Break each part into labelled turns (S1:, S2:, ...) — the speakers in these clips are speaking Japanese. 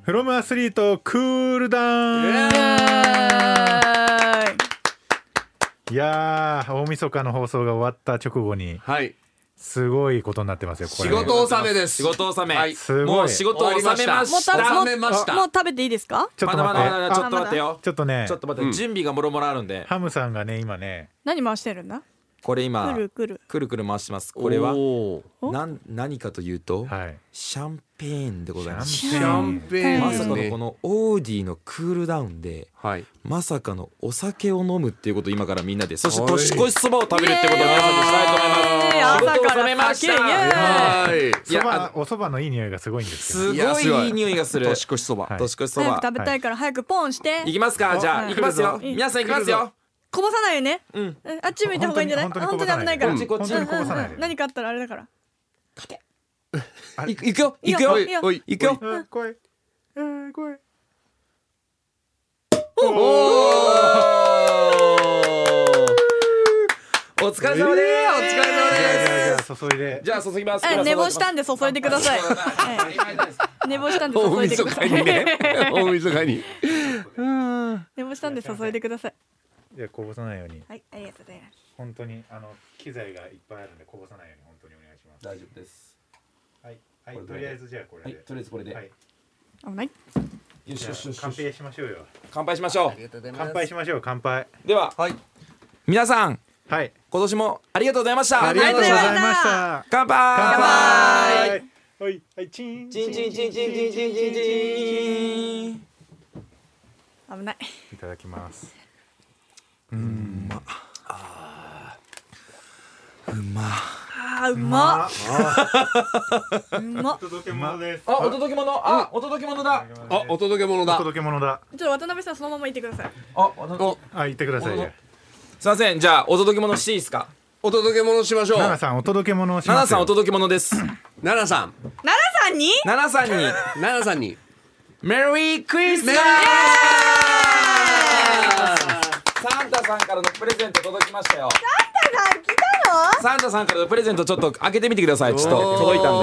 S1: フロムアスリートクールダウン。いやー、大晦日の放送が終わった直後に、
S2: はい、
S1: すごいことになってますよ。これ
S2: 仕事納めです。
S3: 仕事納め、
S1: はい、すごい。
S3: もう仕事納めました。
S4: もう食べていいですか？
S1: ちょっと待って、
S3: まだちょっと待ってよ。
S1: ちょっとね、
S3: ちょっと待って、準備がもろもろあるんで。
S1: ハムさんがね、今ね、
S4: 何回してるんだ？
S3: これ今
S4: くる
S3: くる回します。これは何かというと、はい、シャンペーンでございます。
S2: シャンペーン、
S3: まさかのこのオーディのクールダウンで、はい、まさかのお酒を飲むっていうことを今からみんなで、そして年越しそばを食べるってことを皆さんとしたいと思います。仕事を納めました。
S1: おそばのいい匂いがすごいんですけ
S3: ど、すごいいい匂いがする
S2: 年越しそば。
S3: 年越しそば
S4: 早く食べたいから早くポンして。
S3: いきますか。じゃあいきますよ。皆さんいきますよ。
S4: こぼさないよね。あっち向いた方がいいんじゃない？本当に危ないから。
S1: 本当にこぼさない。
S4: 何かあったらあれだから。
S3: いくよいくよいくよ。
S1: 来い。
S3: お疲れ様です。
S1: 注いで。
S3: じゃあ注ぎます。
S4: 寝坊したんで注いでください。寝坊したんで注いでください。
S2: 大晦日に。
S4: 寝坊したんで注いでください。
S1: じゃあこぼさないように。
S4: はい、ありがとうございます。
S1: 本当に機材がいっぱいあるんでこぼさないように本当にお願いします。
S3: 大丈夫です。
S1: はい、とりあえずじゃあこれで。
S3: とりあえずこれで。
S4: 危ない。
S3: よし。
S1: 乾杯しましょうよ。
S3: 乾杯しましょう。
S1: 乾杯しましょう。乾杯。
S3: では、皆さん、今年もありがとうございました。
S1: ありがとうございました。
S3: 乾杯。
S1: はい、チン。
S4: 危ない。
S1: いただきます。
S3: うま。
S1: お届け物です。
S3: お届け物だ。
S2: お届け物だ。
S4: ちょっと渡辺さんそのままいてください。
S1: 言ってください。
S3: すいません、じゃあお届け物していいですか？
S2: お届け物しましょう。
S1: 奈々さんお届け物をします。
S3: 奈々さんお届け物です。
S2: 奈々さんに
S3: メリークリスマス。サンタさんからのプレゼント届きましたよ。
S4: サンタさん来たの？
S3: サンタさんからのプレゼントちょっと開けてみてください。ちょっと届いたん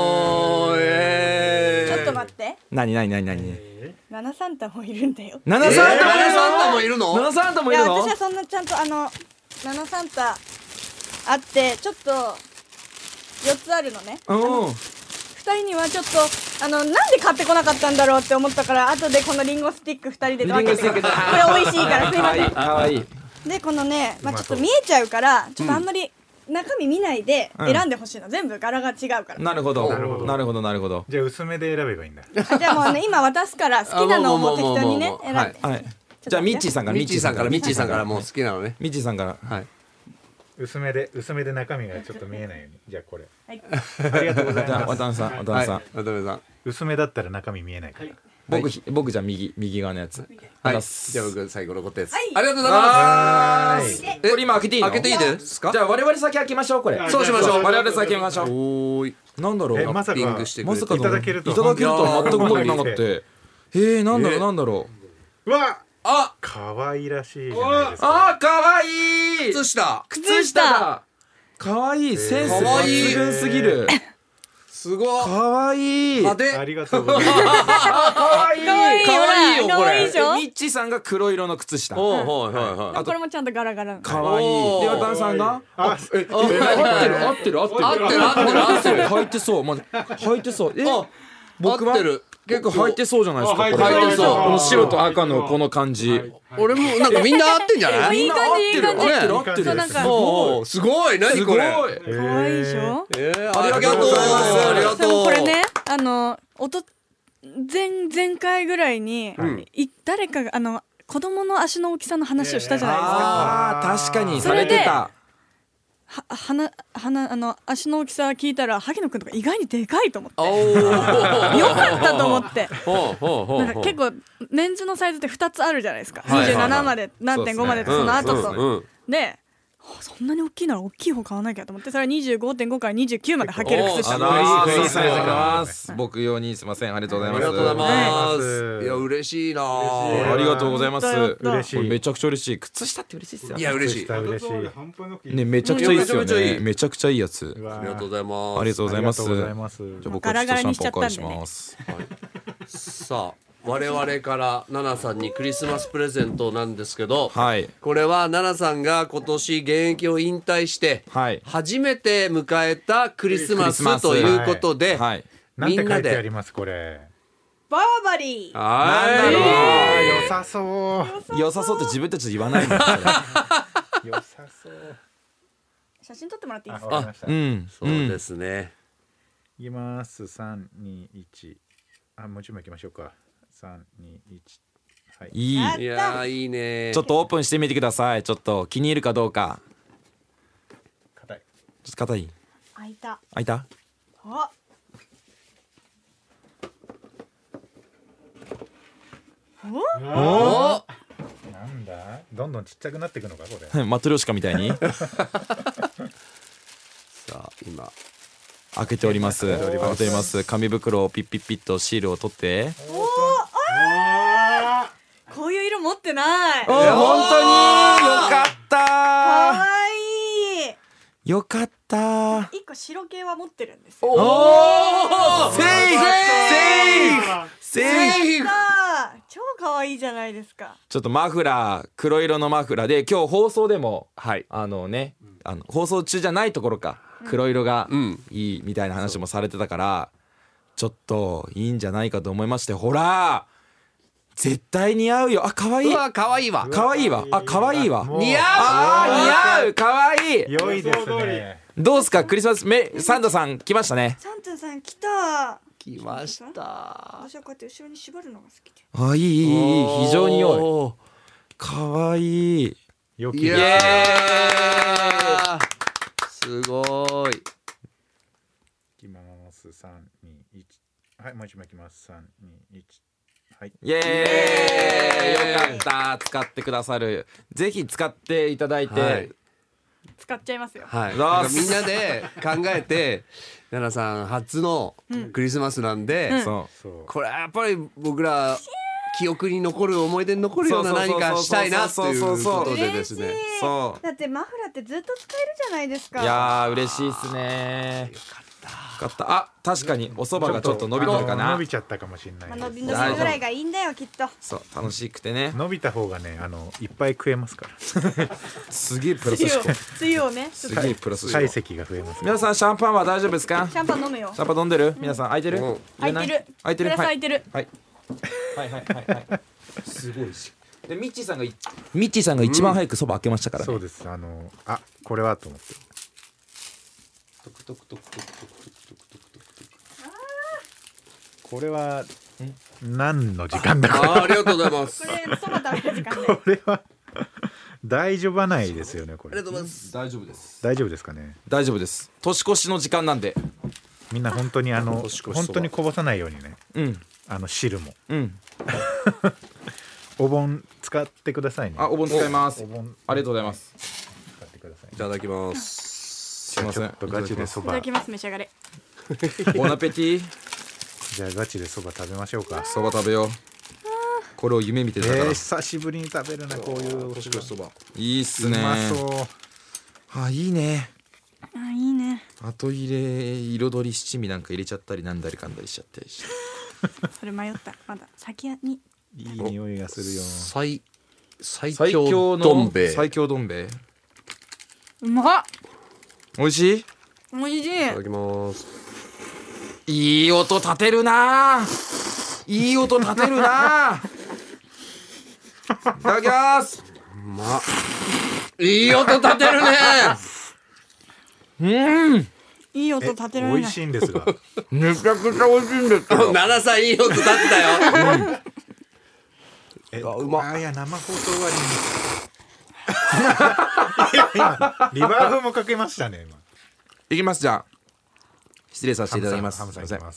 S3: で。
S4: ちょっと待って。
S3: 何
S4: 7サンタもいるんだよ。
S3: 7サンタもいるの？
S4: いや、私はそんなちゃんと7サンタあってちょっと4つあるのね。2人にはちょっとなんで買ってこなかったんだろうって思ったから後でこのリンゴスティック2人で分けてこれ美味しいからすいません。
S3: かわいい。
S4: でこのね、ちょっと見えちゃうからちょっとあんまり中身見ないで選んでほしいの。全部柄が違うから。
S3: なるほど。
S1: じゃあ薄めで選べばいいんだ。
S4: じゃあもうね今渡すから好きなのをもう適当にね選んで。
S3: じゃあミッチーさんから
S2: もう好きなのね。
S3: ミッチーさんから。
S1: 薄めで中身がちょっと見えないように。じゃあこれ。
S4: はい。
S1: ありがとうございます。
S3: 渡辺さん。
S1: 薄めだったら中身見えないから。
S3: 僕じゃあ右側のやつ。
S2: はい。じゃあ僕最後残ったやつ。
S4: はい。
S2: ありがとうございます。
S3: これ今開けていいの？
S2: 開けていいですか？
S3: じゃあ我々先開けましょうこれ。
S2: そうしましょう。
S3: 我々先開けましょう。
S2: おーい。
S3: なんだろう。
S1: まさか
S2: いた
S1: だけると
S3: は全く思ってなかった。なんだろ
S1: う。うわ。可愛らしいじゃないですか。
S3: 可愛い。
S2: 靴下
S3: だ。可愛い。センス抜群すぎる。
S2: すごい。
S3: 可愛い。
S1: ありがとうございます。
S3: 可愛いよこれ。ミ
S4: いいでしょ？
S3: ッチーさんが黒色の靴下。
S4: これもちゃんと柄。
S3: 可愛い。で渡辺さんが合ってる。履いてそう。履いてそう。僕は結構履いてそうじゃないですか。
S2: 履いてそう。
S3: この白と赤のこの感じ。
S2: 俺もなんかみんな合ってんじゃない？
S4: いい感じ。
S3: 合ってる。
S2: すごい。何これ？
S4: 可愛いでしょ？
S2: ありがとうございます。ありがとう。
S4: これね前回ぐらいに誰かが子供の足の大きさの話をしたじゃないですか。
S3: 確かにされてた。
S4: 足の大きさ聞いたら萩野くんとか意外にでかいと思ってよかったと思ってなんか結構メンズのサイズって2つあるじゃないですか。27まで何点5までとその後とでそんなに大きいなら大きい方買わなきゃと思ってそれは 25.5 から29まで履ける靴下。
S3: 僕用にすいません。ありがとうございます。
S2: ありがとうございます。いや嬉しいな。
S3: ありがとうございます。
S1: 嬉しい。
S3: めちゃくちゃ嬉しい。靴下って嬉しいですよ。
S2: いや嬉しい。
S3: ねめちゃくちゃいいですよね。めちゃくちゃいいやつ。
S2: ありがとうございます。
S3: ありがとうございます。じゃあ僕はちょっとシャンパンお借りします。
S2: さあ我々から奈々さんにクリスマスプレゼントなんですけど、
S3: はい、
S2: これは奈々さんが今年現役を引退して、
S3: はい、
S2: 初めて迎えたクリスマスということで、
S1: はい、みんなで書いてありますこれ。
S4: バーバリー。
S2: なんだろ
S1: う、良さそう。
S3: 良さそうって自分たちで言わないんだ
S1: 良さそう。
S4: 写真撮ってもらっていいですか。
S2: うん、そうですね。
S1: いきます。3、2、1。もう一枚いきましょうか。3、2、1。はい。
S2: いやいいね。
S3: ちょっとオープンしてみてください。ちょっと気に入るかどうか。
S1: 硬い。
S3: ちょっと硬い。
S4: 開いた。
S3: 開いた。
S4: あ。
S2: お。
S1: なんだ。どんどんちっちゃくなっていくのかこれ。
S3: マトリョーシカみたいに。
S2: さあ今。
S3: 開けております。開けております。紙袋をピッピッピッとシールを取って。
S4: こういう色持ってない。
S3: 本当によかった。
S4: かわい
S3: い。よかった。
S4: 一個白系は持ってるんですよ。
S2: おお。
S3: セーフ。
S4: 超可愛いじゃないですか。
S3: ちょっとマフラー、黒色のマフラーで今日放送でも、
S2: はい、
S3: 放送中じゃないところか。黒色がいいみたいな話もされてたから、ちょっといいんじゃないかと思いまして、ほら絶対似合うよ。可愛い。
S2: 可愛いわ。
S3: 可愛いわ。可愛いわ。
S2: 似合う。
S3: 可愛い。
S1: 良いですね。
S3: どうすかクリスマスサンタさん来ましたね。
S4: サンタさん来た。
S2: 来ました。
S4: 私はこうやって後ろに縛るのが好きで。
S3: いい非常に良い。可愛い。
S1: よき
S2: です。すごい。い
S1: きます。3、2、1。はい、もう一枚いきます。3、2、1。はい。
S3: イエーイ。よかった。使ってくださる。ぜひ使っていただいて。はい、
S4: 使っちゃいますよ。
S2: はい。みんなで考えて、奈々さん初のクリスマスなんで、これはやっぱり僕ら記憶に残る、思い出に残るような何かしたいなっていうことでですね。
S4: そう。だってマフラーってずっと使えるじゃないですか。
S3: いやー嬉しいですね。よかった。確かにお蕎麦がちょっと伸びてるかな。
S1: 伸びちゃったかもしれない。
S4: 伸びるぐらいがいいんだよきっと。
S3: そう、楽しくてね。
S1: 伸びた方がね、いっぱい食えますから。
S3: すげえプラス思考。
S4: つゆをね。
S3: すげえプラス思考。
S1: 体積が増えます。
S3: 皆さんシャンパンは大丈夫ですか？
S4: シャンパン飲むよ。
S3: シャンパン飲んでる？皆さん空いてる？
S4: 空いてる。
S3: 空いてる。
S4: 空いてる。
S3: はい。すごいし。でミッチーさんが一番早くそば開けましたからね。
S1: そうです。これはと思って。これは何の時間だか。
S2: ありがとうございます。
S4: これそば食べる時間で。
S1: これは大丈夫ないですよねこれ。
S2: ありがとうございます。
S3: 大丈夫です。
S1: 大丈夫ですかね。
S3: 大丈夫です。年越しの時間なんで。
S1: みんな本当に本当にこぼさないようにね。汁も。お盆使ってくださいね。
S3: お盆使います。ありがとうございます。
S1: 使ってください。
S2: いただきます。
S3: すいません。
S1: ガチでそば。
S4: いただきます。召し上がれ。
S3: ボナペティ。
S1: じゃあガチでそば食べましょうか。
S3: そば食べよう。これを夢見てたから。
S1: 久しぶりに食べるなこういう
S2: 年越しそば。
S3: いいっすね。
S1: うまそう。
S3: いいね。
S4: いいね。
S3: 後入れ彩り七味なんか入れちゃったりなんだりかんだりしちゃったりして。
S4: それ迷った。まだ先に。
S1: いい匂いがするよ。
S2: 最強どん兵衛。
S3: 最強どん兵衛。
S4: うまっ。
S3: 美味しい？
S4: 美味しい。
S2: いただきます。
S3: いい音立てるな。いい音立てるな。いただきます。
S2: いい音立てる
S3: ね。
S4: いい音立てられない。
S1: 美味しいんですが。
S3: めちゃくちゃ美味しいんですよ。
S2: 奈々さんいい音立ってたよ。
S1: うまい。生放送終わりに。今リバーブもかけましたね今。
S3: いきます。じゃあ失礼させていただきます。
S1: ハムさんいきます。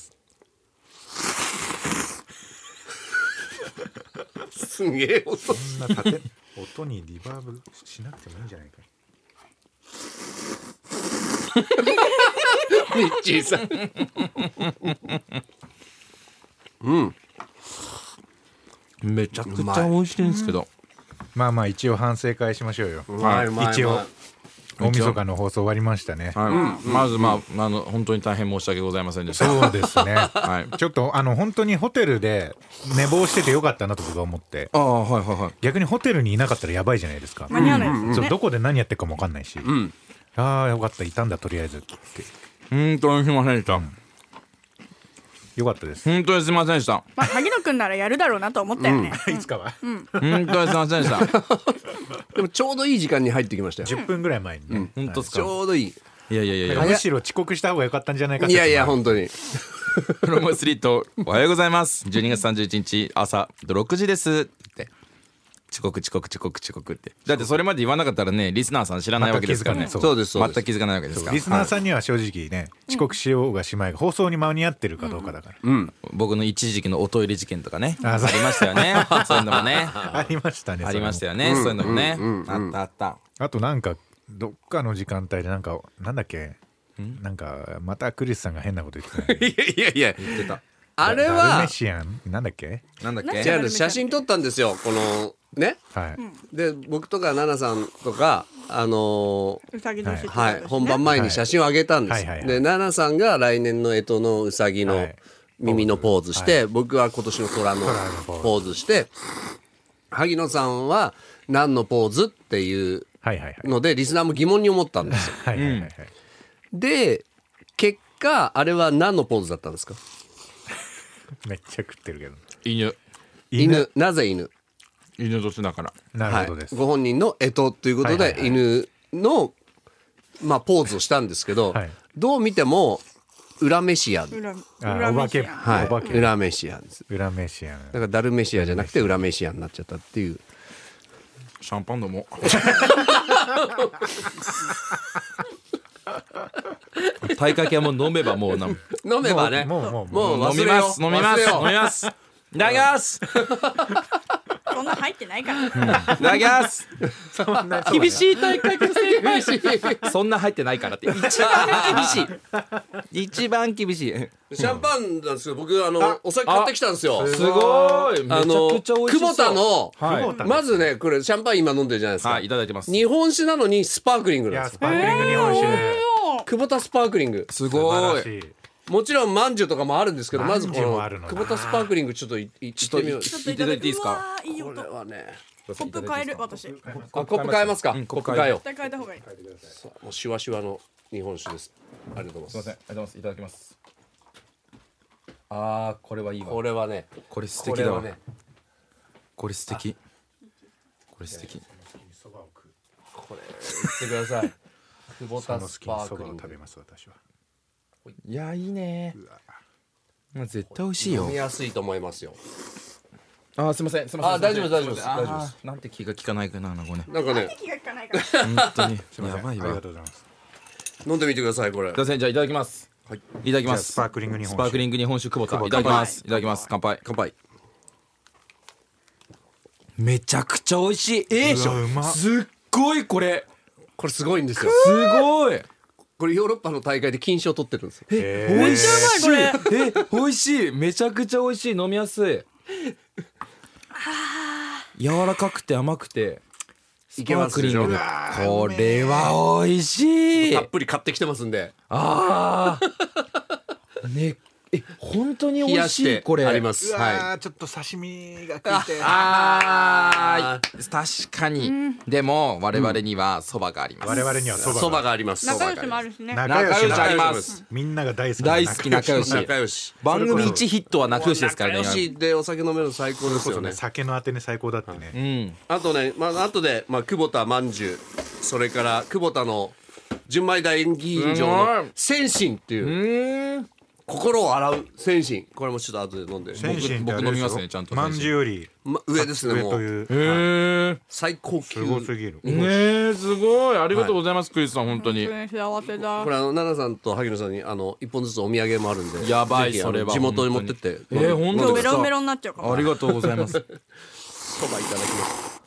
S2: すげえ音。
S1: そんな音にリバーブしなくてもいいんじゃないか。
S2: ミッチーさん。
S3: めちゃくちゃ美味しいんですけど。
S1: まあ一応反省会しましょうよ。
S3: はい。
S1: 一応大晦日の放送終わりましたね。
S3: まず本当に大変申し訳ございませんでした。
S1: そうですね。ちょっと本当にホテルで寝坊しててよかったなと僕は思って。逆にホテルにいなかったらやばいじゃないですか。
S4: 間に合わないですね。
S1: どこで何やってるかも分かんないし。ああよかった、いたんだとりあえずって。
S3: 本当にすいませんでした。
S1: よかったです。
S3: 本当にすいませんでした。
S4: 萩野くんならやるだろうなと思ったよね。
S1: いつかは。
S3: 本当にすいませんでした。
S2: でもちょうどいい時間に入ってきましたよ。
S1: 10分ぐらい前にね。
S3: 本当ですか。
S2: ちょうどいい。
S3: いや
S1: むしろ遅刻した方が良かったんじゃないかって。
S2: いや本当に。
S3: プロモスリートおはようございます。12月31日朝6時ですって遅刻ってだってそれまで言わなかったらねリスナーさん知らないわけですからね。
S2: そうです
S3: 全く気づかないわけですから。
S1: リスナーさんには正直ね遅刻しようがしまいが放送に間に合ってるかどうかだから。
S3: 僕の一時期のおトイレ事件とかねありましたよね。そういうのもね
S1: ありましたね。
S3: ありましたよね。そういうのもねあった。
S1: あとなんかどっかの時間帯でなんだっけなんかまたクリスさんが変なこと言ってた。
S2: いや
S3: 言ってた。
S2: あれは
S1: ダルメシアンなんだっけ。
S2: じゃあ写真撮ったんですよこのね。で僕とか奈々さんとか
S4: うさぎ年
S2: 本番前に写真をあげたんです。で奈々さんが来年の干支のうさぎの耳のポーズして僕は今年の虎のポーズして萩野さんは何のポーズっていうのでリスナーも疑問に思ったんですよ。で結果あれは何のポーズだったんですか。
S1: めっちゃ食ってるけど。
S2: 犬。なぜ犬
S3: 年だから。
S1: なるほどです。
S2: ご本人の干支ということで犬のポーズをしたんですけどどう見ても裏メシアン。
S1: お化け。
S2: 裏メシアンです。
S1: 裏メシアン。
S2: だからダルメシアじゃなくて裏メシアンになっちゃったっていう。
S3: シャンパン飲もう。大会系はもう飲めばもう飲
S2: めばねもう
S3: 飲みますいただきます
S4: そんな入ってないからいた
S3: だきます厳しい大会系そんな入ってないからって一番厳しい
S2: シャンパンなんですけど僕お酒買ってきたんですよ。
S3: すごいめちゃくちゃ美味しそう。
S2: 久保田のまずねこれシャンパン今飲んでるじゃないですか。
S3: いただいてます。
S2: 日本酒なのにスパークリングなんです。
S1: スパークリング日本酒。
S2: 久保田スパークリング
S3: すごい。
S2: もちろんまんじゅうとかもあるんですけどまずこの久保田スパークリングちょっといってみよう。
S3: いただいていいですか。
S2: これはね
S4: コップ変える私。
S2: コップ変えますか。コップ変えよう。
S4: 変えた方がいい。
S2: もうシュワシュワの日本酒です。ありがとうございます。
S3: すみませんありがとうございます。いただきます。これはいいわ。
S2: これはね
S3: これ素敵だわ。これ素敵。これ素敵。
S2: これ言ってください。久保田スパークリング
S1: 食べます私は。
S3: いやいいね。絶対美味しいよ。
S2: 飲みやすいと思いますよ。
S3: すみません。
S2: 大丈夫です。
S3: なんて気が利かないかなこれ。
S2: なんかね。
S4: 気が利かないから。
S3: 本当にやばいわ。
S1: ありがとうございます。
S2: 飲んでみてくださいこれ。
S3: すみませんじゃあいただきます。いただきます。
S1: スパークリング日本酒
S3: 久保田。いただきます。いただきます。乾杯。めちゃくちゃ美味しい。すっごいこれ
S2: すごいんですよ。
S3: すごい。
S2: これヨーロッパの大会で金賞取ってるんですよ。
S3: 美味しい。美味しい。めちゃくちゃ美味しい。飲みやすい。柔らかくて甘くてスパークリングでこれは美味しい。
S2: たっぷり買ってきてますんで。
S3: ね本当に美味しい。これ
S2: あります。
S1: ちょっと刺身が効いて。
S3: 確かに。でも我々にはそばがあります。
S1: 我々には
S2: そばがあります。
S4: 仲良しもあるしね。
S3: 仲良しあります。
S1: みんなが大好
S3: き仲良し。番組1ヒットは仲良しですからね。
S2: 仲良しでお酒飲めるの最高ですよね。
S1: 酒のあてね最高だってね。
S2: あとね後で久保田まんじゅうそれから久保田の純米大演技場の仙心っていう心を洗う仙心これもちょっと後で飲んで
S3: 僕飲みますねちゃんと。
S1: まんじゅうより
S2: 上ですねもう最高級。
S1: すごすぎる。
S3: すごいありがとうございますクリスさん本当に。
S4: 幸せだ。
S2: これ奈々さんと萩野さんに一本ずつお土産もあるんで
S3: やばいそれは
S2: 地元に持ってって
S3: 本当
S4: メロンメロンになっちゃうかも。
S3: ありがとうございます。
S2: そばいただき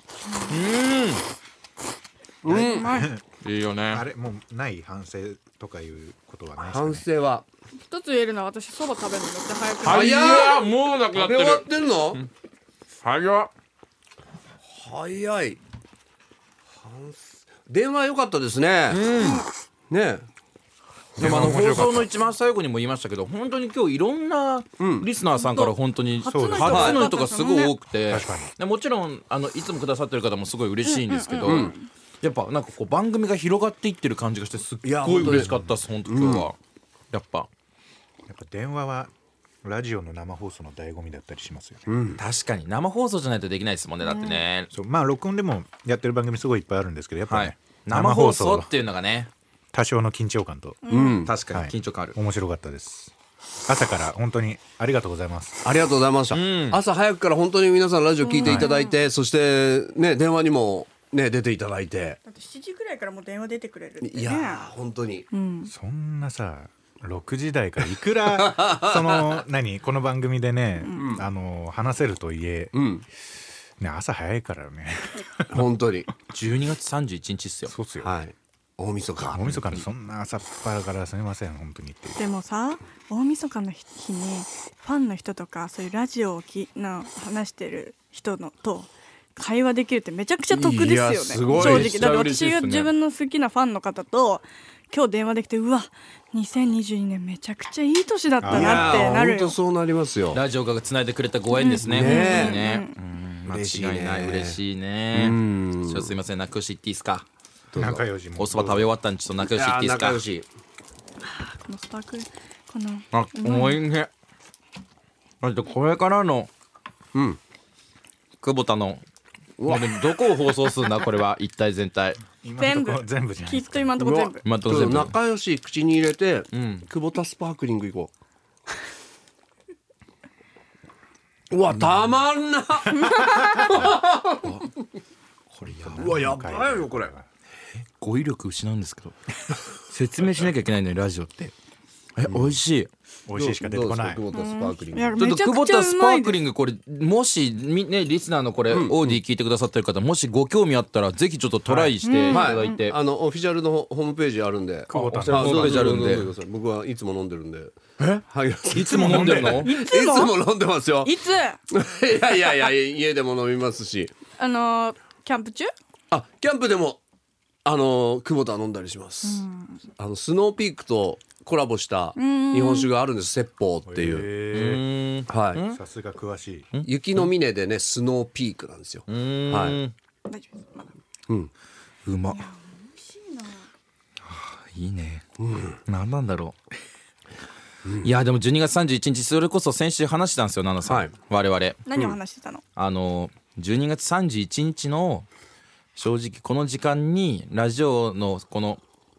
S3: ます。いいよね。
S1: あれもうない反省とかいうことはないですかね。
S2: 反省は
S4: 一つ言えるのは私そば食べるのめっちゃ早く。
S2: 早
S3: い。もうなくなってる。
S2: 食べ終わってんの？
S3: 早い。
S2: 電話良かったですね。ね。
S3: でも放送の一番最後にも言いましたけど、本当に今日いろんなリスナーさんから本当に初の人がすごい多くて、もちろんいつもくださってる方もすごい嬉しいんですけど、やっぱなんかこう番組が広がっていってる感じがしてすっごい嬉しかったです本当今日は。やっぱ
S1: 電話はラジオの生放送の醍醐味だったりしますよね。
S3: 確かに生放送じゃないとできないですもんね。だってね。
S1: そう、まあ録音でもやってる番組すごいいっぱいあるんですけど、やっぱね、
S3: 生放送っていうのがね、
S1: 多少の緊張感と、
S3: 確かに緊張感ある。
S1: 面白かったです。朝から本当にありがとうございます。
S2: ありがとうございました。朝早くから本当に皆さんラジオ聞いていただいて、そしてね電話にもね出ていただいて。
S4: だって7時ぐらいからもう電話出てくれるってね。
S2: いや本当に。
S1: そんなさ。6時台からいくらそのこの番組でね、話せるといえ、ね、朝早いからね
S2: 本当に
S3: 12月31日っすよ。
S1: そうっすよ。
S2: はい。大晦日
S1: にそんな朝っぱらからすみません本当にって。
S4: でもさ、大晦日の日にファンの人とかそういうラジオを話してる人のと会話できるってめちゃくちゃ得ですよね。
S2: すごい
S4: 正直だって私が自分の好きなファンの方と今日電話できて、うわ2022年めちゃくちゃいい年だったなってなるよ。
S2: 本当そうなりますよ。
S3: ラジオがつないでくれたご縁ですね。間違いない。嬉しいね。すいません、仲良し言っていいですか。
S1: 仲良しも
S3: おそば食べ終わったんでちょっと仲良し言っていいですか。
S2: 仲良し。
S4: このスパークルこの
S3: おいしい。だってこれからの久保田のどこを放送するんだこれは一体全体。
S4: 全部
S1: じゃない。
S4: きっと今のとこ全部。
S2: 仲良し口に入れて、久保田スパークリングいこう。うわたまんな。
S3: これ
S2: うわやばいよこれ。
S3: 語彙力失うんですけど説明しなきゃいけないのにラジオって美味しい。
S1: 美味しいしか出てこない。
S2: 久保田スパークリング。
S3: ちょっと久保田スパークリングこれもしねリスナーのこれオーディ聞いてくださってる方もしご興味あったらぜひちょっとトライしていただいて、
S2: オフィシャルのホームページあるんで、
S1: 久保田
S3: ホームページあるんで
S2: 僕はいつも飲んでるんで。
S3: いつも飲んでるの？
S2: いつも飲んでますよ。
S4: いつ？
S2: いや家でも飲みますし。
S4: キャンプ中？
S2: キャンプでも久保田飲んだりします。スノーピークとコラボした日本酒があるんです。説法っていう。はい。
S1: さすが詳しい。
S2: 雪の峰でねスノーピークなんですよ。はい。
S4: 大丈夫ですまだ。
S3: うまっ。
S4: 美味しいな。
S3: いいね。何なんだろう。いやでも12月31日それこそ先週話したんですよナナさん。我々。
S4: 何を話してたの
S3: ？12月31日の正直この時間にラジオのこの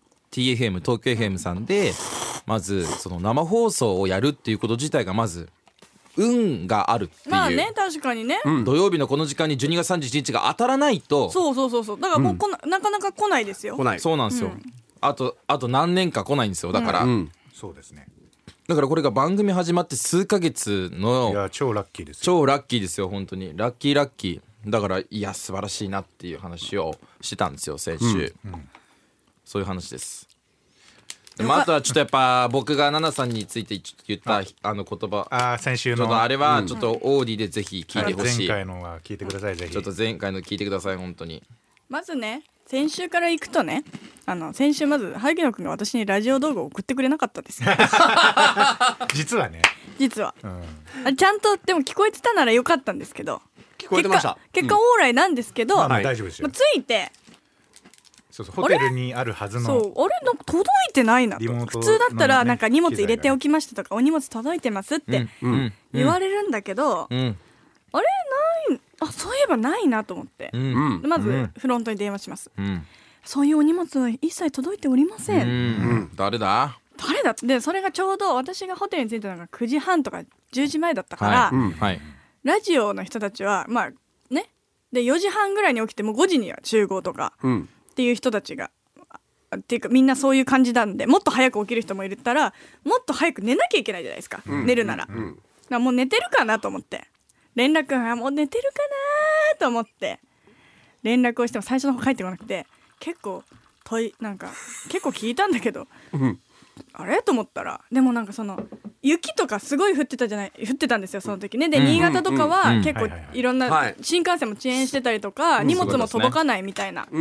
S3: TFM 東京 FM さんでまずその生放送をやるっていうこと自体がまず運があるっていう。
S4: まあね確かにね。
S3: 土曜日のこの時間に12月31日が当たらないと。
S4: そうだからもうなかなか来ないですよ。
S2: 来ない。
S3: そうなんですよ。あと何年か来ないんですよ。だから。
S1: そうですね。
S3: だからこれが番組始まって数ヶ月の。
S1: いや超ラッキーですよ。
S3: 超ラッキーですよ本当にラッキー。だからいや素晴らしいなっていう話をしてたんですよ先週。そういう話です。あとはちょっとやっぱ僕がナナさんについて言った言葉
S1: 先週の
S3: ちょっとあれはちょっとオーディでぜひ聞いてほしい。
S1: 前回のは聞いてくださいぜひ。
S3: ちょっと前回の聞いてください本当に。
S4: まずね先週から行くとね先週まず萩野くんが私にラジオ動画を送ってくれなかったです
S1: 実はね
S4: ちゃんとでも聞こえてたならよかったんですけど
S2: 聞こえてました。
S4: 結果オーライなんですけど、
S1: 大丈夫ですよ。
S4: ついて
S1: そうホテルにあるはずの。
S4: そうなんか届いてないなと。普通だったらなんか荷物入れておきましたとかお荷物届いてますって言われるんだけど、あれないそういえばないなと思って、まずフロントに電話します。そういうお荷物は一切届いておりません。
S3: 誰だ
S4: でそれがちょうど私がホテルに着いたのが9時半とか10時前だったから、ラジオの人たちはまあねで4時半ぐらいに起きてもう5時には集合とかっていう人たちがっていうかみんなそういう感じなんでもっと早く起きる人もいるったらもっと早く寝なきゃいけないじゃないですか、寝るなら、だからもう寝てるかなと思って連絡がもう寝てるかなと思って連絡をしても最初の方返ってこなくて結構なんか結構聞いたんだけどあれと思ったらでもなんかその雪とかすごい降ってたんですよその時ね。で新潟とかは結構いろんな新幹線も遅延してたりとか荷物も届かないみたいな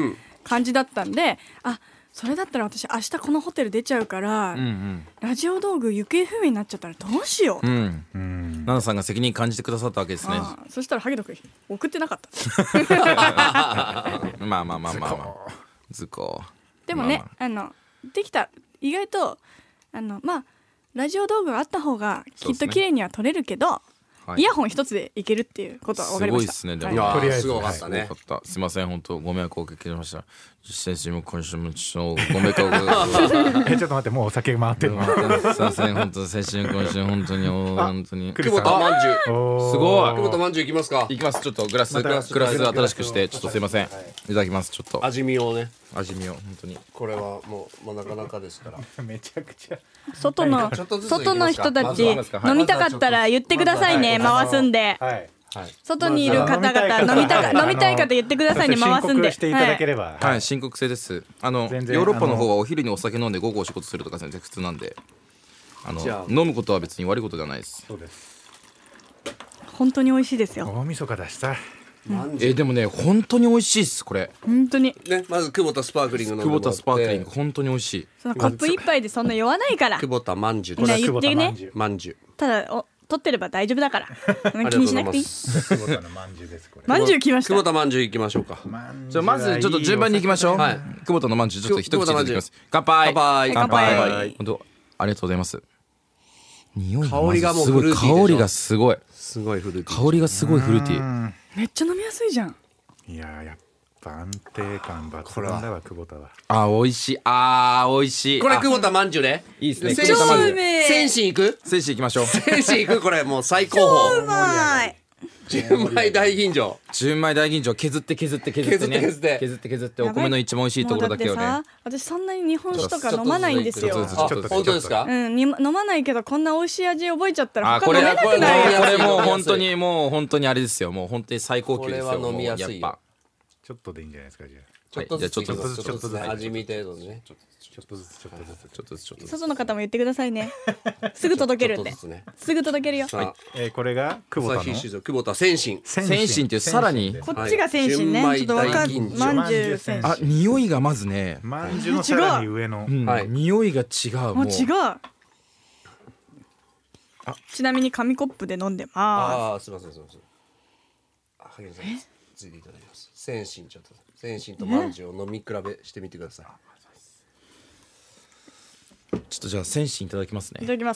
S4: 感じだったんで、あ、それだったら私明日このホテル出ちゃうから、ラジオ道具行方不明になっちゃったらどうしよう、
S3: 奈々さんが責任感じてくださったわけですね。
S4: そしたら萩野君送ってなかった
S3: まあ図工
S4: でもね、できた意外とラジオ道具があった方がきっと綺麗には撮れるけど、イヤホン一つでいけるっていうことは分かりました。
S3: すごいですね。でも
S2: とりあえずすごかったね。
S3: すいません、本当ご迷惑をおかけしました。先週も今週もご迷惑を
S1: ちょっと待って、もうお酒回ってるの。
S3: すいません、本当先週今週本当に
S2: 久保田まんじゅう、
S3: すごい。
S2: 久保田まんじゅういきますか。
S3: いきます。ちょっとグラス新しくして、ちょっとすいません、いただきます。ちょっと
S2: 味見をね、
S3: 本当に
S2: これはもうなかなかですから。
S1: めちゃくちゃ
S4: 外の人たち飲みたかったら言ってくださいね、回すんで。外にいる方々飲みたい方言ってくださいね、回すんで。
S1: していただければ。
S3: はい、申告制です。ヨーロッパの方はお昼にお酒飲んで午後お仕事するとか全然普通なんで、飲むことは別に悪いことではないです。
S1: そうです。
S4: 本当に美味しいですよ。
S1: 大晦日だしさ。
S3: でもね、本当に美味しいです。これ
S4: 本当に
S2: ね、まず久保田スパークリング飲んでもらって、
S3: 久保田スパークリング本当に美味しい。
S4: そのコップ一杯でそんな酔わないから。
S2: 久保田まんじゅう
S4: みんな言ってね、
S2: まんじゅう
S4: ただ取ってれば大丈夫だから気にしなくていい。
S1: 久保田のまんじゅうです。これ
S4: まんじゅう来ました。
S2: 久保田まんじゅう行きましょうか。
S3: じゃあまずちょっと順番に行きましょう。久保田のまんじゅうちょっと一口いただきます。乾杯。
S2: 乾杯。
S3: 本当ありがとうございます。匂い
S2: 香りがもうフルーティーでしょ。
S3: 香りがすごい
S2: フルーティー。
S3: 香りがすごいフルーティー。
S4: めっちゃ飲みやすいじゃん。
S1: いややっぱ安定感抜群だわ、久保田は。
S3: 美味しい。美味しい。
S2: これ久保田まんじゅうね。
S3: いいですね。
S4: 超うめえ。
S2: 先進行く？
S3: 先進行きましょう。
S2: 先進行く。これもう最高峰。
S4: 超うまい。
S2: 純米大吟醸。
S3: 純米大吟醸削ってお米の一番美味しいところだけをね。
S4: 私そんなに日本酒とか飲まないんですよ。
S2: 本当ですか？
S4: 飲まないけどこんな美味しい味覚えちゃったら他飲めなく
S3: こ
S4: ない。
S3: れもう本当にあれですよ。もう本当に最高級ですよ。
S2: これは飲みやすいよ。
S1: ちょっとでいいんじゃないですか。じゃ
S2: あちょっとずつ味見程度ね。ちょっとずつ
S4: 外の方も言ってくださいね。すぐ届けるんで。すぐ届けるよ。
S1: これが久保田の
S2: 久保田先進
S3: ってさらに
S4: こっちが先進ね。ちょっとわかんまんじゅう先進。
S3: 匂いがまずね、
S1: まんじゅうのさらに上の
S3: 匂いが違う。
S4: もう違う。ちなみに紙コップで飲んでま
S2: す。すみません。萩野さんついていただきます。先進とまんじゅうを飲み比べしてみてください。
S3: ちょっとじゃあ先進いただきますね。
S4: いただきます。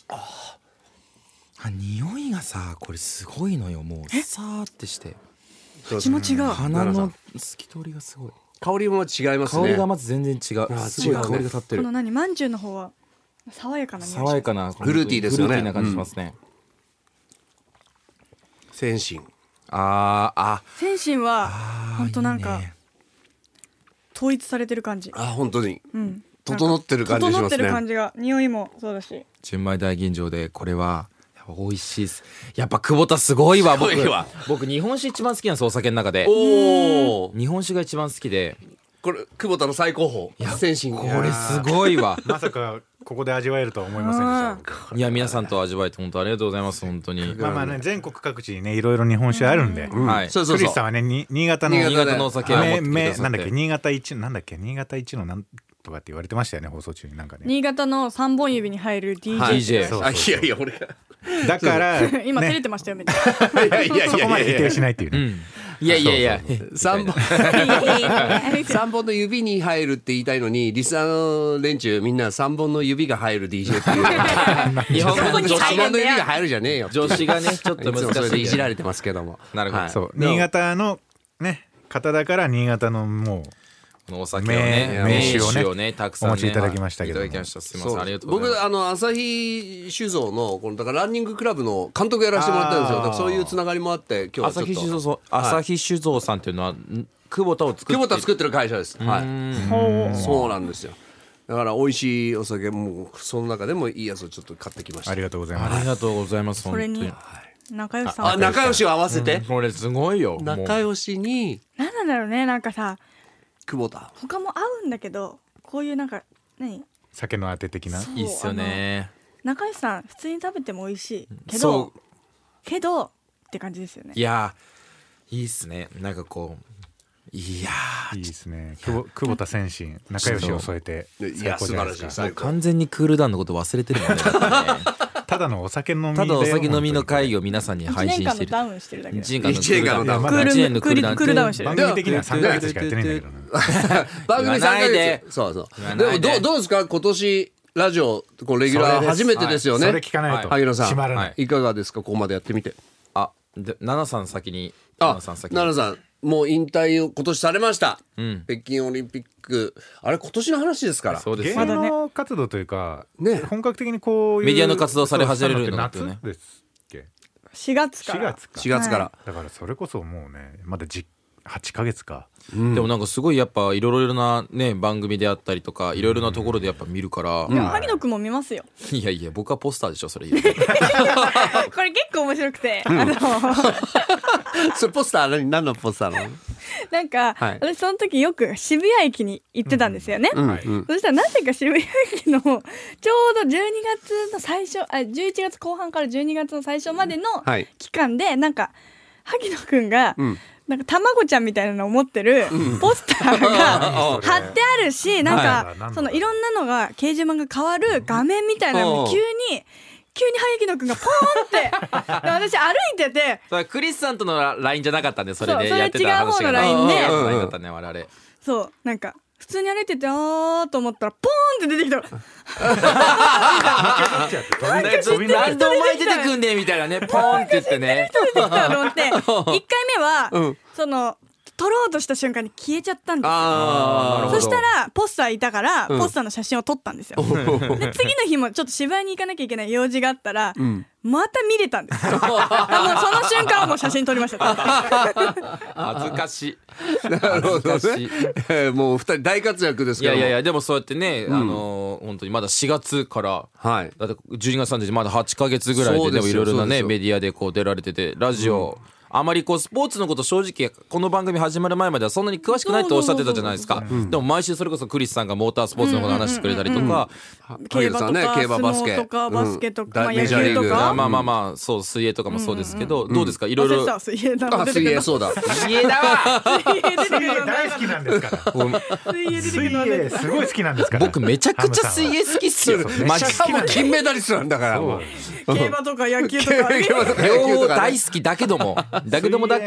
S3: 匂いがさ、これすごいのよ。もうさーってして
S4: 口も違う。
S3: 鼻の透き通りがすごい。
S2: 香りも違いますね。
S3: 香りがまず全然違う。すごい香りが立ってる。
S4: このまんじゅうの方は爽やかな匂い。
S3: 爽やかな
S2: フルーティーですよね。
S3: フルーティーな感じしますね。
S2: 先進。
S4: 先進は本当なんか統一されてる感じ。
S2: 本当に。整ってる感じしますね。
S4: 整ってる感じが、匂いもそうだし。
S3: 純米大吟醸でこれはやっぱ美味しいです。やっぱ久保田すごいわ。僕日本酒一番好きなんです。お酒の中で日本酒が一番好きで、
S2: これ久保田の最高峰先進。
S3: これすごいわ。
S1: まさかここで味わえるとは思いませんでした。
S3: いや、皆さんと味わえて本当ありがとうございます。本当に
S1: まあね、全国各地にねいろいろ日本酒あるんで、クリスさんはね新潟
S3: のお酒を持ってくださって、
S1: なんだっけ新潟一のなんとかって言われてましたよね、放送中に。なんかね、
S4: 新潟の3本指に入る DJ。
S2: いや俺が
S1: だから
S4: 今照れてましたよめっちゃ。
S1: いやそこまで否定しないっていうね。
S3: いや
S2: 3本の指に入るって言いたいのに、リスナーの連中みんな3本の指が入る DJ っていう
S3: 日本語の女子
S2: 3本の指が入るじゃねえよ。
S3: 女子がねちょっと難しい。
S2: それでいじられてますけども。
S3: なるほど。
S1: そう、新潟のね方だから新潟のもう
S3: お酒をね、
S1: 名酒をね
S3: たくさん
S1: お持ちいただきましたけど、
S3: すみません、ありがとうございます。
S2: 僕朝日酒造のこのだからランニングクラブの監督やらせてもらったんですよ。だからそういうつながりもあって今日はちょっと
S3: 朝日酒造さんっていうのは久保田を作
S2: ってる会社です。はい。そうなんですよ。だから美味しいお酒もその中でもいいやつをちょっと買ってきました。
S1: ありがとうございます。
S3: ありがとうございます。
S4: それに仲良しさん。
S2: 仲良しを合わせて。
S3: これすごいよ。
S2: 仲良しに。
S4: なんなんだろうね、なんかさ。
S2: 久保田
S4: 他も合うんだけど、こういうなんか
S1: 酒のあて的な。
S3: いいっすよね。
S4: 仲良しさん普通に食べても美味しいけどって感じですよね。
S3: いやいいっすね。なんかこういや
S1: いいですね。久保田選手仲良しを添えて最高じゃないですか。
S3: 完全にクールダウンのこと忘れてるもんね。
S1: ただのお酒飲みで、
S3: ただお酒飲みの会議を皆さんに配信してる。
S4: 1年間のダウンしてるだけで。
S2: 1年間のダウン。
S4: クールダウンしてる。
S1: 番組的には3ヶ月しかやってないんだけどな。
S2: 番組3ヶ月。そうそう。でもどうですか今年ラジオこうレギュラー初めてですよね。
S1: それ聞かないと
S2: 萩野さん
S1: 閉まらない。
S2: いかがですかここまでやってみて。
S3: あ、で奈々さん先に。
S2: 奈々さんもう引退を今年されました。北京オリンピックあれ今年の話ですから。
S3: そうです。
S1: 芸能活動というか本格的にこういう
S3: メディアの活動され始めるのってね。
S1: 夏ですっけ
S4: ？4月から。
S2: 4月から。
S1: だからそれこそもうねまだ8ヶ月か。
S3: でもなんかすごいやっぱいろいろなね番組であったりとかいろいろなところでやっぱ見るから。
S4: いや萩野くんも見ますよ。
S3: いやいや僕はポスターでしょそれ言うて。
S4: これ結構面白くて
S2: それポスター何のポスターなの？
S4: なんか私その時よく渋谷駅に行ってたんですよね。そしたらなぜか渋谷駅のちょうど12月の最初11月後半から12月の最初までの期間でなんか萩野くんがなんか卵ちゃんみたいなのを持ってるポスターが貼ってあるし、なんかそのいろんなのが掲示板が変わる画面みたいなのに急に萩野くんがポーンって私歩いてて、
S3: それクリスさんとの LINE じゃなかったんでそれでやってた話が
S4: 違う方の LINE で
S3: だったね我々。
S4: そうなんか普通に歩いててと思ったらポーンって出てきた。
S3: なんでお前出てくんねみたいなねポーンって言ってね。
S4: 出てきたと思って1回目はその撮ろうとした瞬間に消えちゃったんですよ。そしたらポスターいたからポスターの写真を撮ったんですよ。で次の日もちょっと渋谷に行かなきゃいけない用事があったらまた見れたんですよ。もうその瞬間はもう写真撮りました。
S3: 恥ずかしい。
S2: なるほどね。もう2人大活躍ですけど。
S3: いやでもそうやってね本当にまだ4月からだって12月30日まだ8ヶ月ぐらいででもいろいろなねメディアでこう出られててラジオあまりこうスポーツのこと正直この番組始まる前まではそんなに詳しくないとおっしゃってたじゃないですか。でも毎週それこそクリスさんがモータースポーツのこと話してくれたりとか
S4: 競馬とか相撲とかバスケとか野球とか
S3: まあそう水泳とかもそうですけどどうですかいろいろ。
S2: 水泳そうだ
S3: 水泳だわ。
S1: 水泳大好きなんですから。水泳すごい好きなんですから。
S3: 僕めちゃくちゃ水泳好きっすよ。
S2: しかも金メダリストなんだから。
S4: 競馬とか野球とか
S3: 両方大好きだけどもだけどもち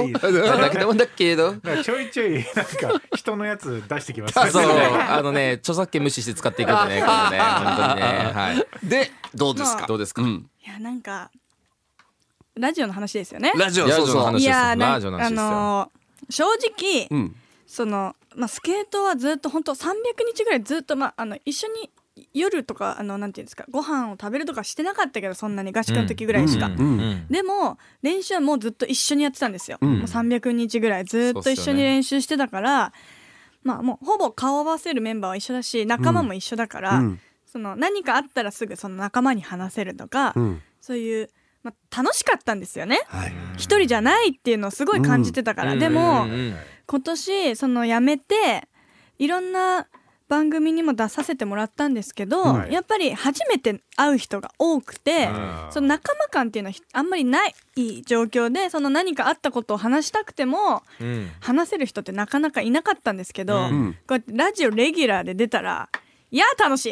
S1: ょいちょいなんか人のやつ出してきますね。
S3: そう著作権無視して使っていくんでねこのね本当にねはい。
S2: でどうですか。
S4: いやなんかラジオの話ですよね。
S2: ラジオの話です。
S4: いや正直そのスケートはずっと本当300日ぐらいずっと一緒に夜とかなんていうんですかご飯を食べるとかしてなかったけどそんなに合宿の時ぐらいしか。でも練習はもうずっと一緒にやってたんですよ。もう300日ぐらいずっと一緒に練習してたからもうほぼ顔を合わせるメンバーは一緒だし仲間も一緒だからその何かあったらすぐその仲間に話せるとかそういう楽しかったんですよね。一人じゃないっていうのをすごい感じてたから。でも今年その辞めていろんな番組にも出させてもらったんですけど、やっぱり初めて会う人が多くてその仲間感っていうのはあんまりない状況でその何かあったことを話したくても話せる人ってなかなかいなかったんですけど、こうやってラジオレギュラーで出たら楽しい。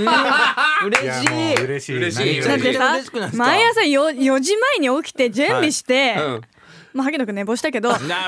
S3: 嬉しい。
S4: だってさ毎朝4時前に起きて準備して萩野くん寝坊したけど5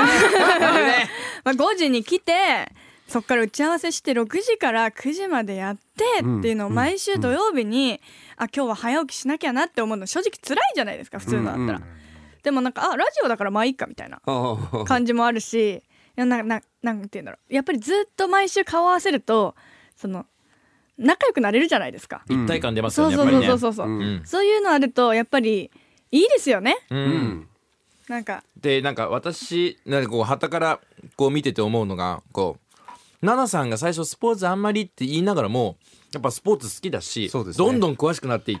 S4: 時に来てそっから打ち合わせして6時から9時までやってっていうのを毎週土曜日に今日は早起きしなきゃなって思うの正直辛いじゃないですか普通のだったら。でもなんかラジオだからまあいいかみたいな感じもあるしなんて言うんだろうやっぱりずっと毎週顔合わせるとその仲良くなれるじゃないですか。
S3: 一体感出ますよね。
S4: そういうのあるとやっぱりいいですよね。なんか
S3: 私なんかこう旗からこう見てて思うのがこう奈々さんが最初スポーツあんまりって言いながらもやっぱスポーツ好きだし、どんどん詳しくなっていって、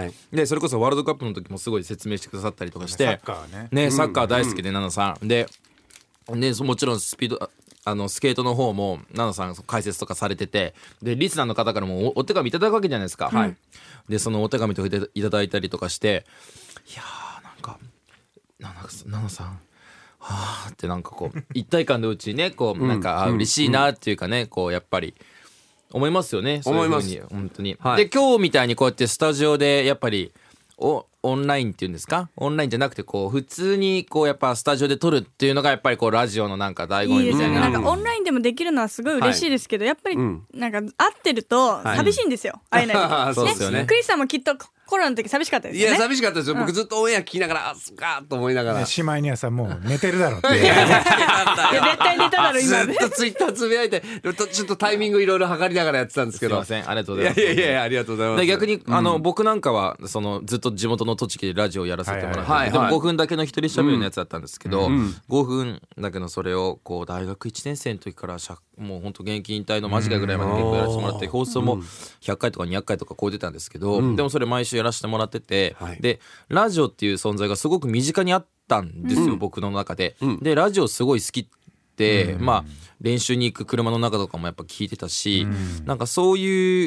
S3: でそれこそワールドカップの時もすごい説明してくださったりとかしてサッカー大好きで奈々さんでもちろんスケートの方も奈々さん解説とかされててでリスナーの方からもお手紙いただくわけじゃないですか。でそのお手紙とかいただいたりとかしていやなんか奈々さんはあってなんかこう一体感のうちにねこうなんか嬉しいなっていうかねこうやっぱり思いますよね。
S2: 思います。
S3: そういうふうに本当に。で今日みたいにこうやってスタジオでやっぱりオンラインっていうんですか、オンラインじゃなくてこう普通にこうやっぱスタジオで撮るっていうのがやっぱりこうラジオのなんか醍醐味みたいな。
S4: いいですよね。なんかオンラインでもできるのはすごい嬉しいですけど、やっぱりなんか会ってると寂しいんですよ、会えない時。
S3: そうですよね。
S4: クリスさんもきっとコロナの時寂しかったですよね。
S2: いや寂しかったですよ。僕ずっとオンエア聞きながらあそっかと思いながら。
S1: しまいにはさもう寝てるだろって
S4: いや絶対寝ただろ今。
S2: ずっとツイッターつぶやいてちょっとタイミングいろいろ測りながらやってたんですけど。
S3: すいませんありがとうございます。
S2: いやありがとうございます。
S3: で逆に僕なんかはそのずっと地元の栃木でラジオやらせてもらって、でも5分だけの一人喋りのやつだったんですけど、5分だけのそれをこう大学1年生の時からもう本当現役引退の間近いぐらいまで結構やらせてもらって、放送も100回とか200回とか超えてたんですけど、でもそれ毎週やらせてもらってて、でラジオっていう存在がすごく身近にあったんですよ、僕の中で。でラジオすごい好きで、まあ練習に行く車の中とかもやっぱ聞いてたし、なんかそういう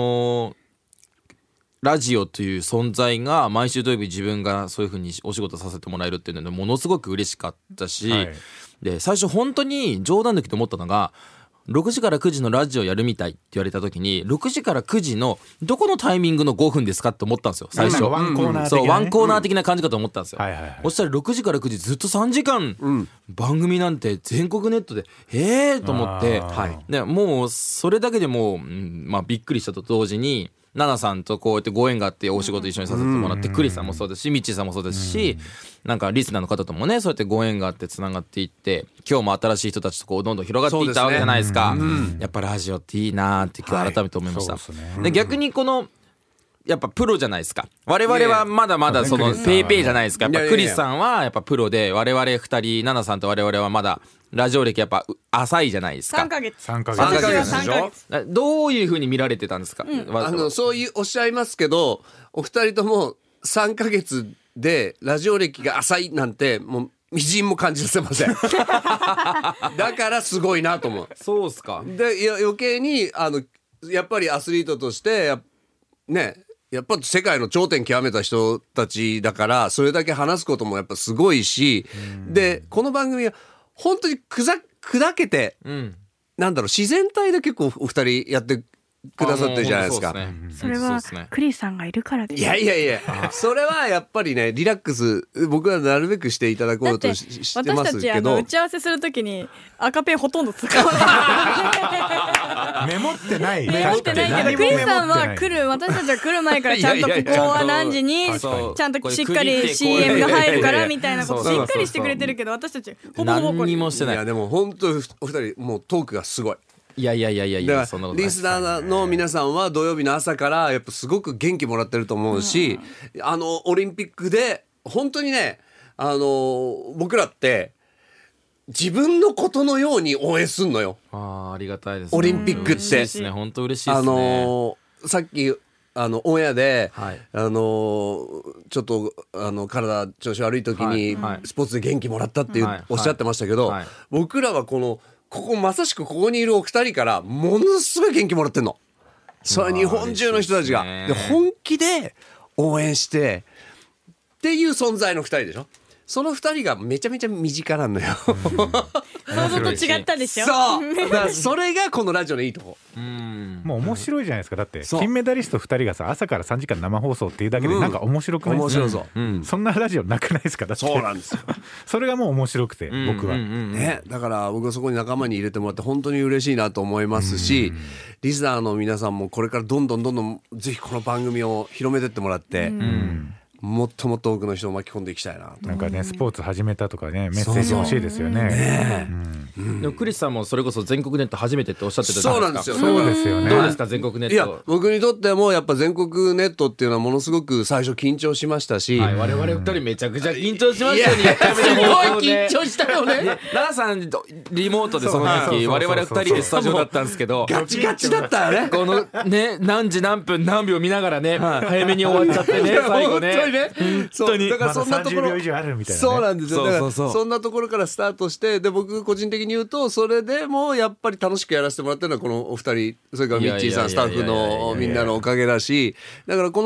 S3: ラジオという存在が毎週土曜日自分がそういう風にお仕事させてもらえるっていうのでものすごく嬉しかったし、で最初本当に冗談抜きで思ったのが6時から9時のラジオやるみたいって言われた時に6時から9時のどこのタイミングの5分ですかって思ったんですよ最初。
S1: ワンコーナー的なね。
S3: そうワンコーナー的な感じかと思ったんですよ。そしたら6時から9時ずっと3時間番組なんて全国ネットでと思って、でもうそれだけでもう、まあ、びっくりしたと同時にナナさんとこうやってご縁があってお仕事一緒にさせてもらって、クリさんもそうですしミッチーさんもそうですし、なんかリスナーの方ともねそうやってご縁があってつながっていって今日も新しい人たちとこうどんどん広がっていったわけじゃないですか。やっぱラジオっていいなって今日改めて思いました。で逆にこのやっぱプロじゃないですか。我々はまだまだそのペイペイじゃないですか。やっぱクリスさんはやっぱプロで我々2人ナナさんと我々はまだラジオ歴やっぱ浅いじゃないですか。
S4: 3ヶ月
S1: 3ヶ
S4: 月
S1: で
S4: しょ。
S3: どういう風に見られてたんですか。
S2: そういうおっしゃいますけどお二人とも3ヶ月でラジオ歴が浅いなんてもうみじんも感じさせませんだからすごいなと思う。
S3: そうっすか。
S2: で余計にやっぱりアスリートとしてねやっぱ世界の頂点極めた人たちだからそれだけ話すこともやっぱすごいし、でこの番組は本当に砕けて、なんだろう自然体で結構お二人やってくださってるじゃないですか。
S4: それはクリスさんがいるからです。
S2: いやそれはやっぱりねリラックス僕はなるべくしていただこうとしてますけど、
S4: 私たち打ち合わせするときに赤ペンほとんど使わない
S1: メモってない
S4: メモってないけどクリスさんは来る私たちは来る前からちゃんとここは何時にちゃんとしっかり CM が入るからみたいなことしっかりしてくれてるけど私たちほぼほぼ
S3: 何にもしてない。
S2: いやでも本当お二人もうトークがすごい。
S3: いや
S2: そんなことない。リスナーの皆さんは土曜日の朝からやっぱすごく元気もらってると思うし、オリンピックで本当にね僕らって自分のことのように応援すんのよ。
S3: ありがたいですね。
S2: オリンピックって
S3: 嬉しいですね。本当嬉しいですね。
S2: さっきオンエアで、ちょっと体調子悪い時にスポーツで元気もらったっておっしゃってましたけど、僕らはここまさしくここにいるお二人からものすごい元気もらってんの。それ日本中の人たちがで本気で応援してっていう存在の二人でしょ。その二人がめちゃめちゃ身近なのよ。
S4: 想像と違ったでしょ。
S2: そうだからそれがこのラジオのいいとこ。
S1: もう面白いじゃないですか。だって金メダリスト2人がさ朝から3時間生放送っていうだけでなんか面白くないですか。
S2: 面白そう、
S1: そんなラジオなくないですか。だって
S2: そうなんですよ
S1: それがもう面白くて僕は、
S2: ね、だから僕はそこに仲間に入れてもらって本当に嬉しいなと思いますし、リスナーの皆さんもこれからどんどんぜひこの番組を広めてってもらって、もっともっと多くの人を巻き込んでいきたいなと。
S1: なんかねスポーツ始めたとかねメッセージ欲しいですよね。
S3: でもクリスさんもそれこそ全国ネット初めてっておっしゃってたじゃないですか。
S1: そうですよね。
S3: どうですか全国ネット。
S2: いや僕にとってもやっぱ全国ネットっていうのはものすごく最初緊張しましたし、
S3: 我々二人めちゃくちゃ緊張しましたよね。
S2: すごい緊張したよね。
S3: ラーさんリモートでその時我々二人でスタジオだったんですけだ
S2: ガチガチだったよね。
S3: このね何時何分何秒見ながらね早めに終わっちゃってね最後ね。
S2: そうだからそんなところ、そうなんですよ。だから
S3: そ
S2: んなところからスタートしてで僕個人的に言うとそれでもやっぱり楽しくやらせてもらってるのはこのお二人それからミッチーさんスタッフのみんなのおかげだし、だからこの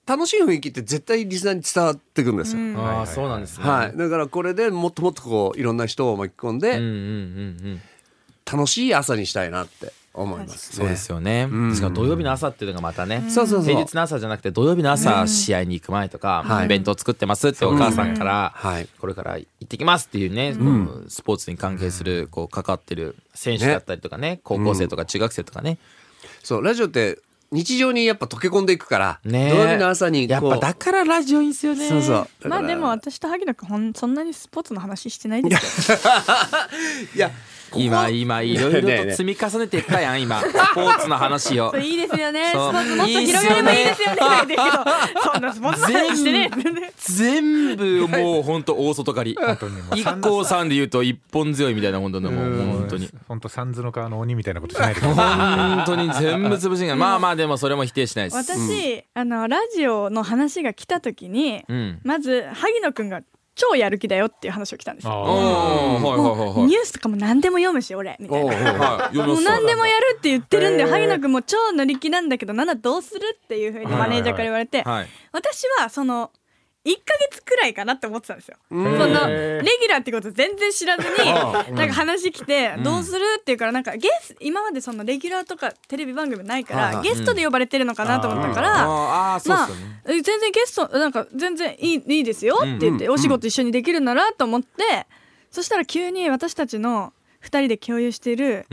S2: 楽しい雰囲気って絶対リスナーに伝わってくるんですよ。
S3: ああそうなんですね。
S2: はい、だからこれでもっともっとこういろんな人を巻き込んで、楽しい朝にしたいなって思いますね。
S3: そうですよね。しかも土曜日の朝っていうのがまたね、
S2: そう
S3: 平日の朝じゃなくて土曜日の朝、試合に行く前とか、イベントを作ってますってお母さんから、これから行ってきますっていうね、スポーツに関係するこう関わってる選手だったりとかね、高校生とか中学生とかね。
S2: そうラジオって日常にやっぱ溶け込んでいくから、土曜日の朝に
S3: やっぱだからラジオいいんすよね。
S2: そうそう。
S4: まあでも私と萩野くんそんなにスポーツの話してないですよ。
S2: いや
S3: 今いろいろと積み重ねていったやん今スポーツの話を。
S4: いいですよね。スポーツもっと広げればいいですよね。だけどそんなスポーツの話してね。
S3: 全部もう本当大外刈り。IKKOさんで言うと一本強いみたいなもんだね。もう本当に。
S1: 本当サンズの川の鬼みたいなことしないでくだ
S3: さい。本当に全部潰しがまあでもそれも否定しないです。
S4: 私ラジオの話が来た時にまず萩野くんが超やる気だよっていう話を来たんですよ。ニュースとかも何でも読むし俺みたいな、もう何でもやるって言ってるんで、萩野くんも超乗り気なんだけどどうするっていう風にマネージャーから言われて、私はその1ヶ月くらいかなって思ってたんですよ。そのレギュラーってこと全然知らずになんか話来てどうするっていうから、なんか今までそのレギュラーとかテレビ番組ないからゲストで呼ばれてるのかなと思ったから、まあ全然ゲストなんか全然いいですよって言って、お仕事一緒にできるならと思って、そしたら急に私たちの2人で共有している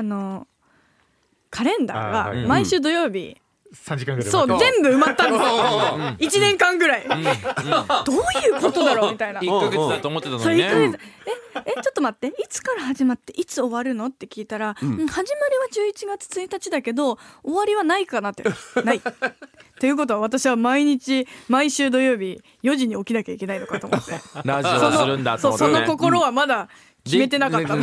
S4: カレンダーが毎週土曜日
S1: 3時間ぐらい
S4: そう全部埋まったんですよ。1年間ぐらいどういうことだろうみたいな。
S3: 1ヶ月だと思ってたのにね。
S4: ちょっと待って、いつから始まっていつ終わるのって聞いたら、始まりは11月1日だけど終わりはないかなってないということは私は毎週土曜日4時に起きなきゃいけないのかと思って
S3: ラジオするんだと思って、
S4: その心はまだ決めてなかった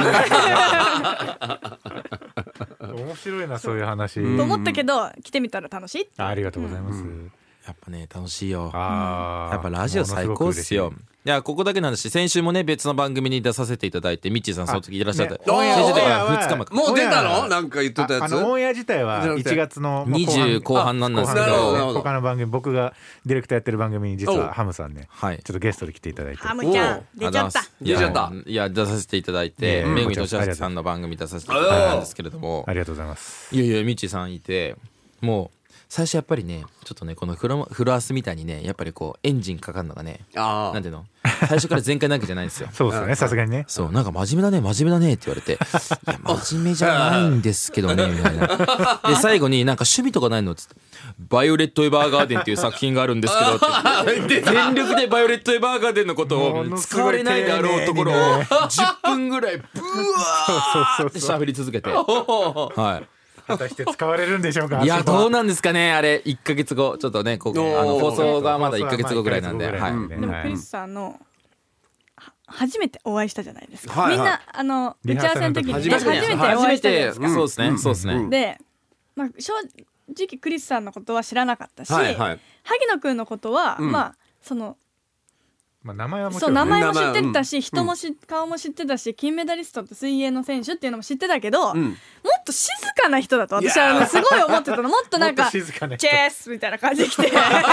S1: 面白いなそういう話
S4: と思ったけど、来てみたら楽しい。
S1: ありがとうございます。
S3: やっぱね楽しいよ。やっぱラジオ最高っすよ。いやここだけの話、先週もね別の番組に出させていただいて、ミッチーさんその時いらっしゃって、
S2: 2日前もう出たの？なんか言ってたやつ。
S1: オンエア自体は1月の
S3: 20後半なんですけど、
S1: 他の番組、僕がディレクターやってる番組に実はハムさんね、ちょっとゲストで来ていただいて、
S4: ハムちゃん出ちゃった。
S3: いや出させていただいて、めぐみとしさんの番組出させていただいたんですけれども、
S1: ありがとうございます。
S3: いやミッチーさんいて、もう最初やっぱりねちょっとねこのフロアスみたいにねやっぱりこうエンジンかかるのがね、なんていうの最初から全開なわけじゃないんですよ。
S1: そうですね、さすがにね。
S3: そうなんか真面目だねって言われて、いや真面目じゃないんですけどねみたいな。で最後になんか趣味とかないのっつって、バイオレット・エヴァーガーデンっていう作品があるんですけどって全力でバイオレット・エヴァーガーデンのことを使われないであろうところを10分ぐらいブワーって喋り続けて、はい。
S1: 果たして使われるんでしょうか。
S3: いやどうなんですかね、あれ1ヶ月後ちょっとね、放送がまだ1ヶ月後ぐらいなんで、で
S4: もクリスさんの初めてお会いしたじゃないですか、みんな打ち合わせの時に初めてお会いしたじゃないですか。
S3: そうですね。
S4: で、正直クリスさんのことは知らなかったし、萩野くんのことはその
S1: 名前はもちろん、
S4: 名前も知ってたし、顔も知ってたし、金メダリストって水泳の選手っていうのも知ってたけど、もっと静かな人だと私はすごい思ってたの。もっとなんかチェスみたいな感じで来て、
S3: 言い方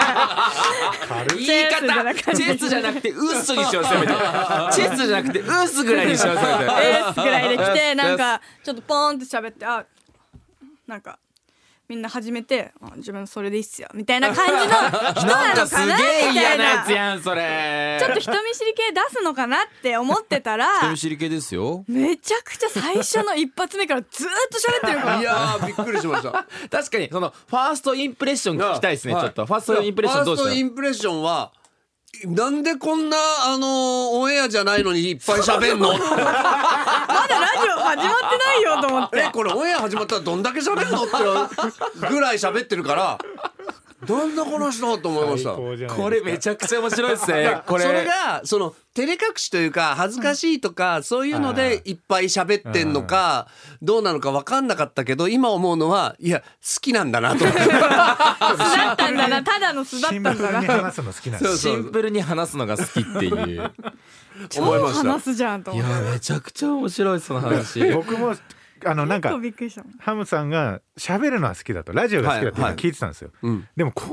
S3: チェスじゃなくてウースにしようぜみたいな、チェスじゃなくてウースぐらいにしようぜみたいな、
S4: エースぐらいで来て、なんかちょっとポーンって喋って、なんかみんな始めて、自分それでいいっすよみたいな感じの人なのかなみたいな。
S3: すげえ嫌なやつやんそれ。
S4: ちょっと人見知り系出すのかなって思ってたら
S3: 人見知り系ですよ。
S4: めちゃくちゃ最初の一発目からずっと喋ってるから
S2: いやーびっくりしました。
S3: 確かにそのファーストインプレッション聞きたいですね。ちょっとファーストインプレッションどうした？
S2: ファーストインプレッションはなんでこんなオンエアじゃないのにいっぱい喋んのまだラジ
S4: オ始まってないよと思って
S2: これオンエア始まったらどんだけ喋るのってぐらい喋ってるから、なんだこの人と思いました。
S3: これめちゃくちゃ面白いですね。
S2: それがその照れ隠しというか恥ずかしいとか、そういうのでいっぱい喋ってんのかどうなのか分かんなかったけど、今思うのはいや好きなんだなと思って素
S4: だったんだな、ただの素だったんだな。
S1: シンプルに話すの好きなんです。
S3: シンプルに話すのが好きっていう
S4: 超話すじゃんと思って。
S3: いやめちゃくちゃ面白いその話。
S1: 僕もなんかハムさんが喋るのは好きだと、ラジオが好きだって聞いてたんですよ、でもこん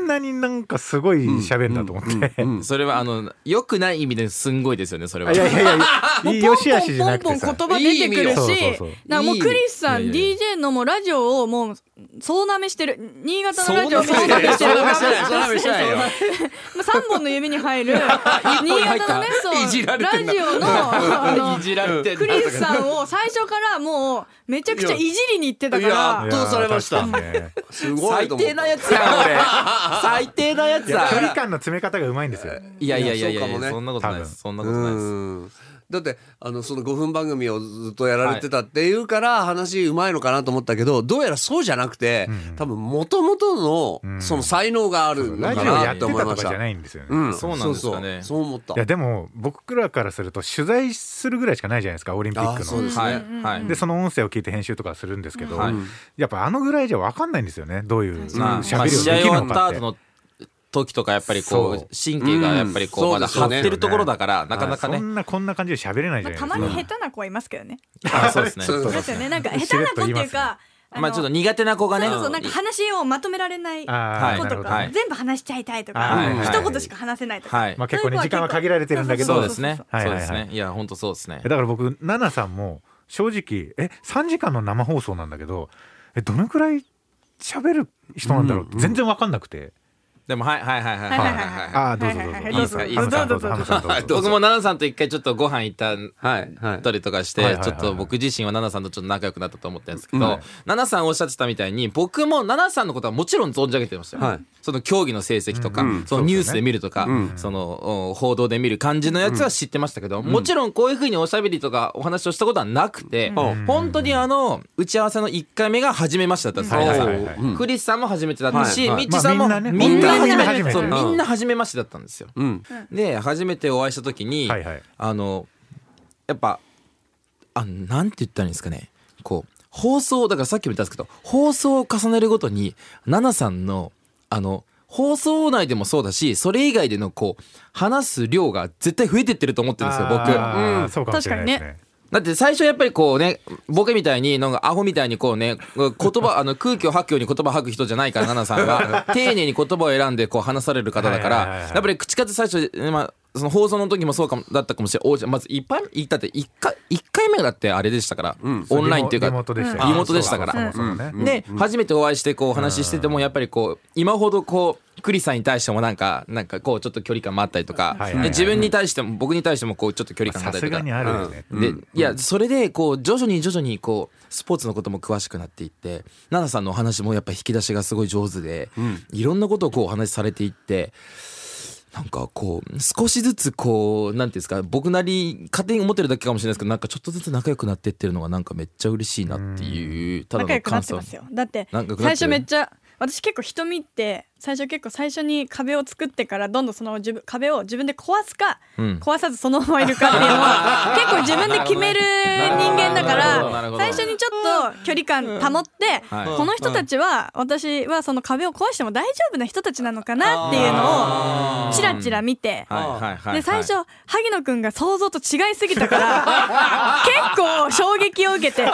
S1: んなになんかすごい喋るんだと思って
S3: それは良くない意味ですんごいですよねそれは。
S1: いやよしあしじゃなくてさ、
S4: ポンポン言葉出てくるし、なんかもうクリスさん DJ のもうラジオをもう総なめしてる、新潟のラジオを総なめしてる、3本の指に入る新潟のね、そうラジオのクリスさんを最初からもうめちゃくちゃいじりに行ってたから、
S2: 圧倒されました。すごい
S3: 最低なやつや俺最低なやつだ。
S1: 距離感の詰め方がうまいんですよ。
S3: いやそんなことないです。そんなことないです。
S2: だってその5分番組をずっとやられてたっていうから話うまいのかなと思ったけど、どうやらそうじゃなくて、多分元々のその才能があるのかなって思いました。
S1: じゃないんですよね。
S3: そうなんですかね。
S2: そう思った。
S1: いやでも僕らからすると取材するぐらいしかないじゃないですか、オリンピックの。
S2: そうですね。
S1: でその音声を聞いて編集とかするんですけど、やっぱぐらいじゃ分かんないんですよね、どういう喋りをできるのかって。
S3: 時とかやっぱりこう神経がやっぱりこうまだ張ってるところだからなかなかね、
S1: こんな感じで喋れないじゃないですか。
S4: たまに下手な子はいますけどね。
S3: そうですね。
S4: そうですよね。なんか下手な子っていうか、
S3: まあちょっと苦手な子がね、
S4: そうなんか話をまとめられない子とか、全部話しちゃいたいとか、一言しか話せないとか、
S1: まあ結構ね時間は限られてるんだけど、
S3: そうですね。そうですね。いや本当そうですね。
S1: だから僕ナナさんも正直3時間の生放送なんだけど、どのくらい喋る人なんだろうって全然分かんなくて。でも
S3: はい
S1: あどうぞ
S3: いいですかいいですか。僕もナナさんと一回ちょっとご飯行ったりとかして、ちょっと僕自身はナナさんとちょっと仲良くなったと思ったんですけど、ナナさんおっしゃってたみたいに僕もナナさんのことはもちろん存じ上げてましたよ。その競技の成績とか、そのニュースで見るとか、その報道で見る感じのやつは知ってましたけど、もちろんこういう風におしゃべりとかお話をしたことはなくて、本当に打ち合わせの1回目が初めましてだったんですよ。クリスさんも初めてだったし、ミッチさんもみんな初めましてだったんですよ。で初めてお会いした時にやっぱなんて言ったらいいんですかね、こう放送だからさっきも言ったんですけど、放送を重ねるごとにナナさんの放送内でもそうだし、それ以外でのこう話す量が絶対増えてってると思ってるんですよ僕。
S1: そうかもしれないですね。
S3: だって最初やっぱりこうね、ボケみたいになんかアホみたいにこうね、言葉空気を吐くように言葉吐く人じゃないからナナさんが丁寧に言葉を選んでこう話される方だから、やっぱり口数最初その放送の時もそうだったかもしれない。まずだって1回目だってあれでしたから、オンラインっていうかリモートでしたから。で初めてお会いしてこうお話ししててもやっぱりこう今ほどこうクリさんに対してもなんかこうちょっと距離感もあったりとか、で自分に対しても僕に対してもこうちょっと距離感があったりとか、でいやそれでこう徐々にこうスポーツのことも詳しくなっていって、ナナさんのお話もやっぱ引き出しがすごい上手で、いろんなことをこうお話しされていって、なんかこう少しずつこうなんていうんですか、僕なり勝手に思ってるだけかもしれないですけど、なんかちょっとずつ仲良くなってってるのがなんかめっちゃ嬉しいなっていう、ただの感想。仲良くなってますよ。だって最初めっちゃ私結構人見て最初に壁を作ってからどんどんその壁を自分で壊すか、壊さずそのままいるかっていうのは結構自分で決める人間だから最初にちょっと距離感保って、この人たちは私はその壁を壊しても大丈夫な人たちなのかなっていうのをチラチラ見て、で最初萩野くんが想像と違いすぎたから結構衝撃を受けて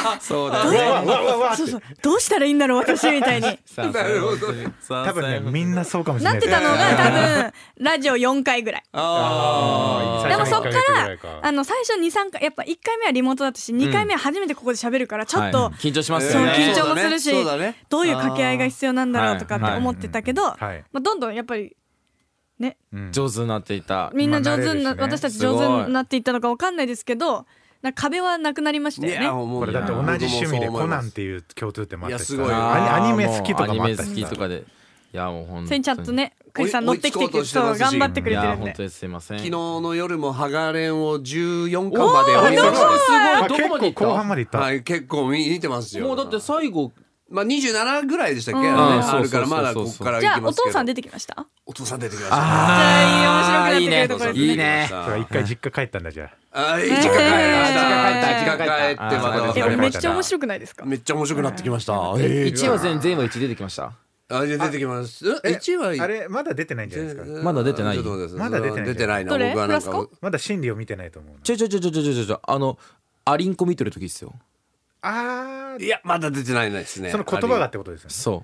S3: どうしたらいいんだろう私みたいに
S1: 多分ねみんなそうかもしれない
S4: なってたのが多分ラジオ4回ぐらい。でもそっから最初 2,3 回やっぱ1回目はリモートだったし2回目は初めてここで喋るからちょっと
S3: 緊張しますよね。
S4: 緊張もするしどういう掛け合いが必要なんだろうとかって思ってたけど、どんどんやっぱりね
S3: 上手になっていた、
S4: みんな上手にな私たち上手になっていったのか分かんないですけど、壁はなくなりましたよね。
S1: これだって同じ趣味でコナンっていう共通点もあったし、アニメ好きとかもあったし、いやもう本当にそれに
S4: ちゃんとねクリスさん乗ってきてそう頑張ってくれてるんで、
S3: 本当にすいません。
S2: 昨日の夜もハガレンを14巻まで見ました。
S1: 結構後半までいった。
S2: はい、結構見てますよ。
S3: もうだって最後
S2: 27ぐらいでしたっけ、あるからまだここから行きますけど。
S4: じゃあお父さん出てきました？
S2: お父さん出てきました。
S4: ああ面白くなってくるところですね。
S3: いいね。
S1: 一回実家帰ったんだじゃ
S2: あ。実家帰って
S4: めっちゃ面白くないですか？
S2: めっちゃ面白くなってきました。
S3: 1話全話1出てきました。
S2: 出てきます。1話
S1: あれまだ出てないんじゃないですか？
S3: まだ出てない。
S2: まだ出てないな。僕はなんか
S1: まだ心理を見てないと思う。
S3: アリンコ見てる時ですよ。
S2: いやまだ出てないですね。
S1: その言葉がってことですよね。
S3: そう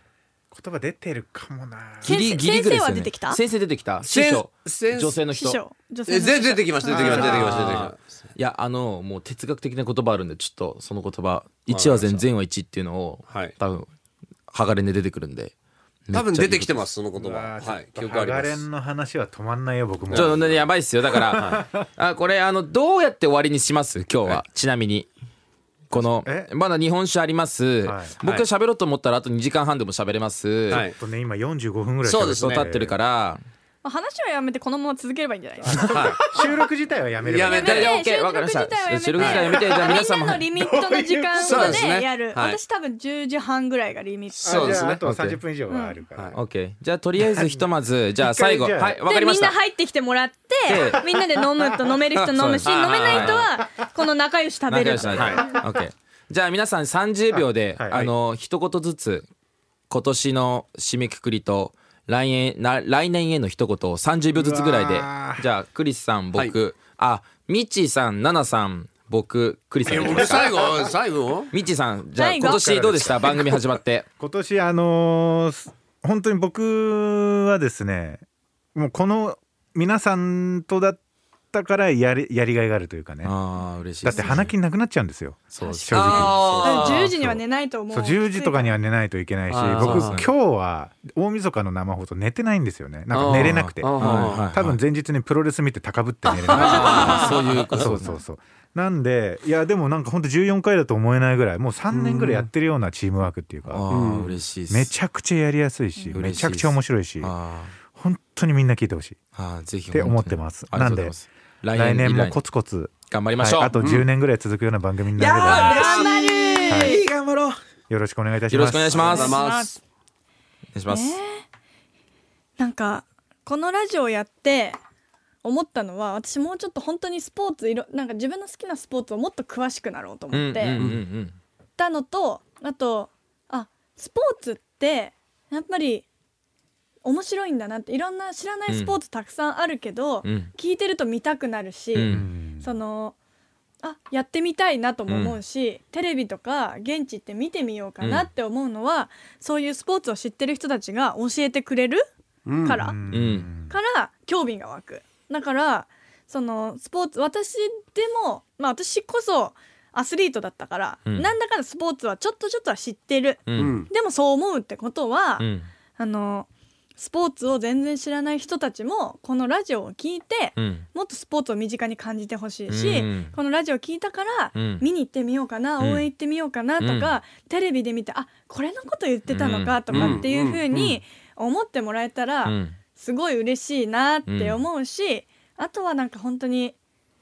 S1: 言葉出てるかもな。
S4: 先生は出てきた？
S3: 先生出てきた。師匠、女性の人。
S2: 出てきました。
S3: いやもう哲学的な言葉あるんで、ちょっとその言葉1は善善は1っていうのを多分ハガレンで出てくるんで。
S2: 多分出てきてますその言葉。はい。記憶あります。
S1: ハガレンの話は止まんないよ僕も。
S3: ちょっとやばいっすよ。だからこれどうやって終わりにします今日は。ちなみに。このまだ日本酒あります、僕が喋ろうと思ったらあと2時間半でも喋れます、
S1: 今45分ぐらい
S3: そう経ってるから、
S4: 話はやめてこのまま続ければいいんじゃないですか。
S1: 収録自体はやめればいい。
S3: やめて、OK、わかりました。収録自体やめて、じゃあ皆さんも
S4: みんなのリミットの時間でやる。私多分10時半ぐらいがリミット。
S1: そうですね。あと30分以上はあるから。
S3: OK。じゃあとりあえずひとまずじゃあ最後、はい、わかりました。
S4: みんな入ってきてもらって、みんなで飲むと飲める人飲むし、飲めない人はこの仲良し食べる。
S3: OK。じゃあ皆さん30秒で一言ずつ今年の締めくくりと来年への一言を30秒ずつぐらいで。じゃあクリスさん、僕、ミッチーさん、ナナさん、僕、クリスさん。
S2: 僕最後
S3: ミッチーさん、じゃあ今年どうでした？番組始まって。
S1: 今年本当に僕はですね、もうこの皆さんとだったからやりがいがあるというかね。
S3: 嬉しいですね。
S1: だって花金なくなっちゃうんですよ。正
S4: 直。10時には寝ないと思う。
S1: そう10時とかには寝ないといけないし、僕今日は大晦日の生放送寝てないんですよね。なんか寝れなくて、多分前日にプロレス見て高ぶって寝れない。
S3: そういうこと。
S1: そうなんで、いやでもなんか本当14回だと思えないぐらい、もう3年ぐらいやってるようなチームワークっていうか、
S3: 嬉しいです。
S1: めちゃくちゃやりやすいし、めちゃくちゃ面白いし、本当にみんな聞いてほしい
S3: ぜひ
S1: って思ってます。なんで来年もコツコツ
S3: 頑張りましょう。
S1: あと10年ぐらい続くような番組になれば、
S3: 頑張ろう。
S1: よろしくお願いいたします。
S3: よろしくお願いします。お願いします。
S4: なんかこのラジオやって思ったのは、私もうちょっと本当にスポーツなんか自分の好きなスポーツをもっと詳しくなろうと思ってたのと、あとスポーツってやっぱり面白いんだなって。いろんな知らないスポーツたくさんあるけど、聞いてると見たくなるし、やってみたいなとも思うし、テレビとか現地行って見てみようかなって思うのは、そういうスポーツを知ってる人たちが教えてくれるから興味が湧く。だからそのスポーツ、私でも私こそアスリートだったから、なんだかんだスポーツはちょっとは知ってる、でもそう思うってことは、スポーツを全然知らない人たちもこのラジオを聞いて、もっとスポーツを身近に感じてほしいし、このラジオを聞いたから見に行ってみようかな、応援行ってみようかなとか、テレビで見てこれのこと言ってたのかとかっていう風に思ってもらえたらすごい嬉しいなって思うし、あとはなんか本当に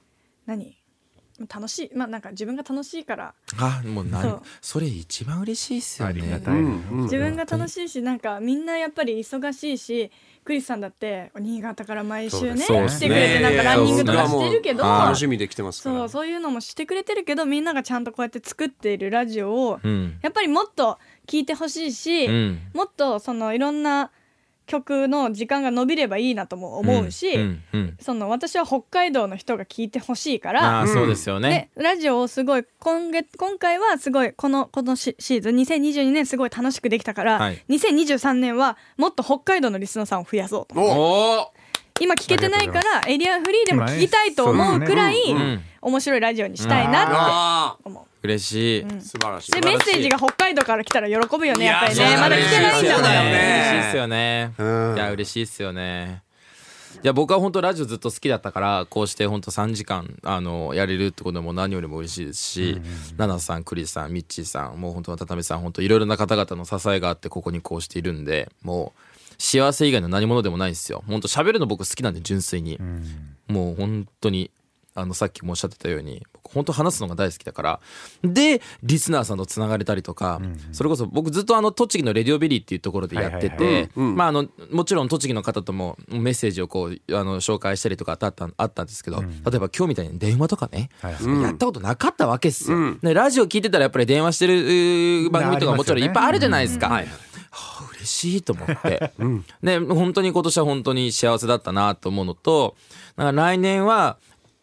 S4: 楽しい、なんか自分が楽しいから、
S3: もうそれ一番嬉しいっすよね。
S4: 自分が楽しいし、なんかみんなやっぱり忙しいし、クリスさんだって新潟から毎週ね来てくれて、なんかランニングとかしてるけど、
S2: 楽しみで来てますから、
S4: そういうのもしてくれてるけど、みんながちゃんとこうやって作っているラジオをやっぱりもっと聞いてほしいし、もっとそのいろんな曲の時間が伸びればいいなとも思うし、その私は北海道の人が聞いてほしいから、
S3: そうですよね。
S4: でラジオをすごい今回はすごいこのシーズン2022年すごい楽しくできたから、2023年はもっと北海道のリスナーさんを増やそうと思って、今聞けてないからエリアフリーでも聞きたいと思うくらい面白いラジオにしたいなって思う。
S3: 嬉しい、
S2: 素晴らしい。
S4: でメッセージが北海道から来たら喜ぶよね、やっぱりね。まだ来てないんだもんね。
S3: 嬉しいっすよね。いや嬉しいっすよね。いや僕は本当ラジオずっと好きだったから、こうして本当3時間やれるってことも何よりも嬉しいですし、ナナさん、クリスさん、ミッチーさん、もう本当渡辺さん、本当いろいろな方々の支えがあってここにこうしているんで、もう幸せ以外の何者でもないですよ。本当喋るの僕好きなんで、純粋に、もう本当にさっきもおっしゃってたように僕本当話すのが大好きだから、でリスナーさんとつながれたりとか、それこそ僕ずっと栃木のレディオベリーっていうところでやってて、もちろん栃木の方ともメッセージをこう紹介したりとかあったんですけど、例えば今日みたいに電話とかね、やったことなかったわけっすよ、でラジオ聞いてたらやっぱり電話してる番組とかもちろんいっぱいあるじゃないですか。嬉しいと思ってで本当に今年は本当に幸せだったなと思うのと、だから来年は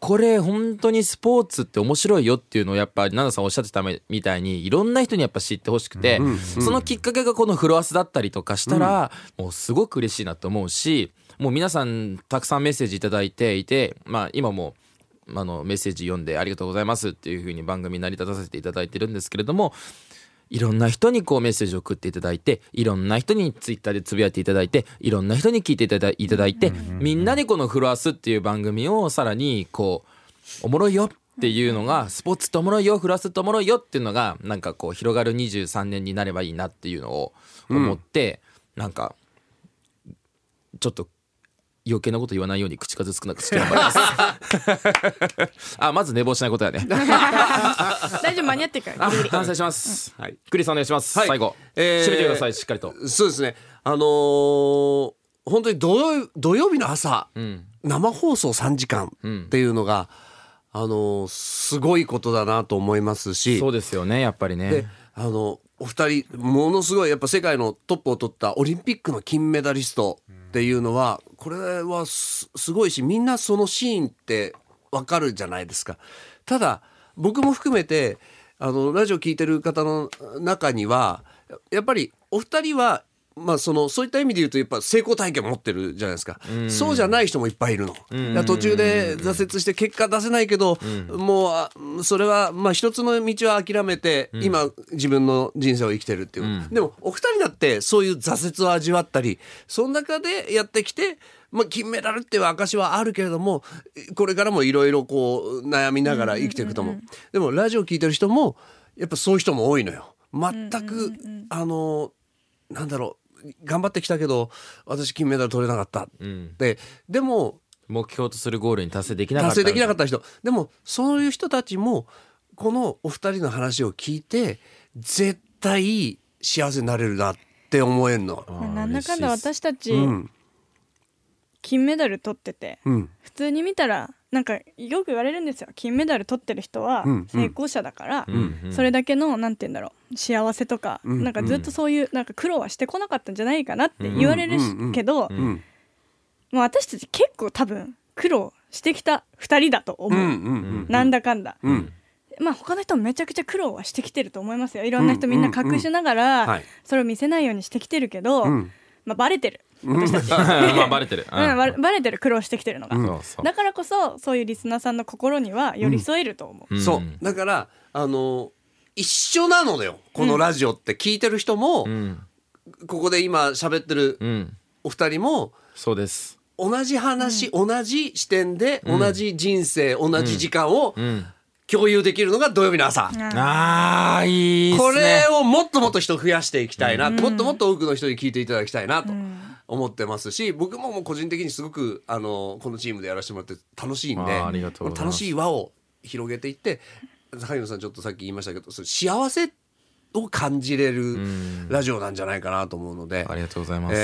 S3: これ本当にスポーツって面白いよっていうのをやっぱ奈々さんおっしゃってたみたいにいろんな人にやっぱ知ってほしくて、そのきっかけがこのフロアスだったりとかしたら、もうすごく嬉しいなと思うし、もう皆さんたくさんメッセージいただいていて、今もメッセージ読んでありがとうございますっていう風に番組成り立たせていただいてるんですけれども、いろんな人にこうメッセージを送っていただいて、いろんな人にツイッターでつぶやいていただいて、いろんな人に聞いていただいて、みんなでこのフロアスっていう番組をさらにこうおもろいよっていうのが、スポーツっておもろいよ、フロアスっておもろいよっていうのがなんかこう広がる23年になればいいなっていうのを思って、なんかちょっと余計なこと言わないように口数少なくして頑張りますまず寝坊しないことやね
S4: 大丈夫、間に合ってるからギリギリ
S3: 反省します、はい、クリスさんお願いします、最後、締めてください、しっかりと。
S2: そうですね、本当に土曜日の朝、生放送3時間っていうのが、すごいことだなと思いますし。
S3: そうですよね、やっぱりね。
S2: でお二人ものすごいやっぱ世界のトップを取ったオリンピックの金メダリストっていうのは、これはすごいし、みんなそのシーンって分かるじゃないですか。ただ僕も含めてラジオ聞いてる方の中にはやっぱりお二人はそういった意味で言うとやっぱ成功体験持ってるじゃないですか。そうじゃない人もいっぱいいるの。途中で挫折して結果出せないけど、もうそれは一つの道は諦めて、今自分の人生を生きてるっていう、でもお二人だってそういう挫折を味わったり、その中でやってきて、金メダルっていう証はあるけれども、これからもいろいろこう悩みながら生きていくと思う。でもラジオ聞いてる人もやっぱそういう人も多いのよ。全くなんだろう、頑張ってきたけど私金メダル取れなかった、でも
S3: 目標とするゴールに達成できなかった
S2: 人、でもそういう人たちもこのお二人の話を聞いて絶対幸せになれるなって思えるの。
S4: なんだかんだ私たち、金メダル取ってて、普通に見たらなんかよく言われるんですよ。金メダル取ってる人は成功者だから、それだけのなんて言うんだろう、幸せとか、なんかずっとそういうなんか苦労はしてこなかったんじゃないかなって言われるけど、もう私たち結構多分苦労してきた2人だと思う、なんだかんだ、他の人もめちゃくちゃ苦労はしてきてると思いますよ。いろんな人みんな隠しながらそれを見せないようにしてきてるけど、バレてる、私たち
S3: バレてる、
S4: バレてる、苦労してきてるのが、だからこそそういうリスナーさんの心には寄り添えると思う、
S2: そうだから一緒なのよ、このラジオって。聞いてる人も、ここで今喋ってるお二人も、
S3: そうです、
S2: 同じ話、同じ視点で、同じ人生、同じ時間を共有できるのが土曜日の朝。
S3: いいですね。
S2: これをもっともっと人増やしていきたいな、もっともっと多くの人に聞いていただきたいなと思ってますし、僕も個人的にすごくこのチームでやらせてもらって楽しいんで、楽しい輪を広げていって、萩野さんちょっとさっき言いましたけど、幸せを感じれるラジオなんじゃないかなと思うので、
S3: ありがとうございます。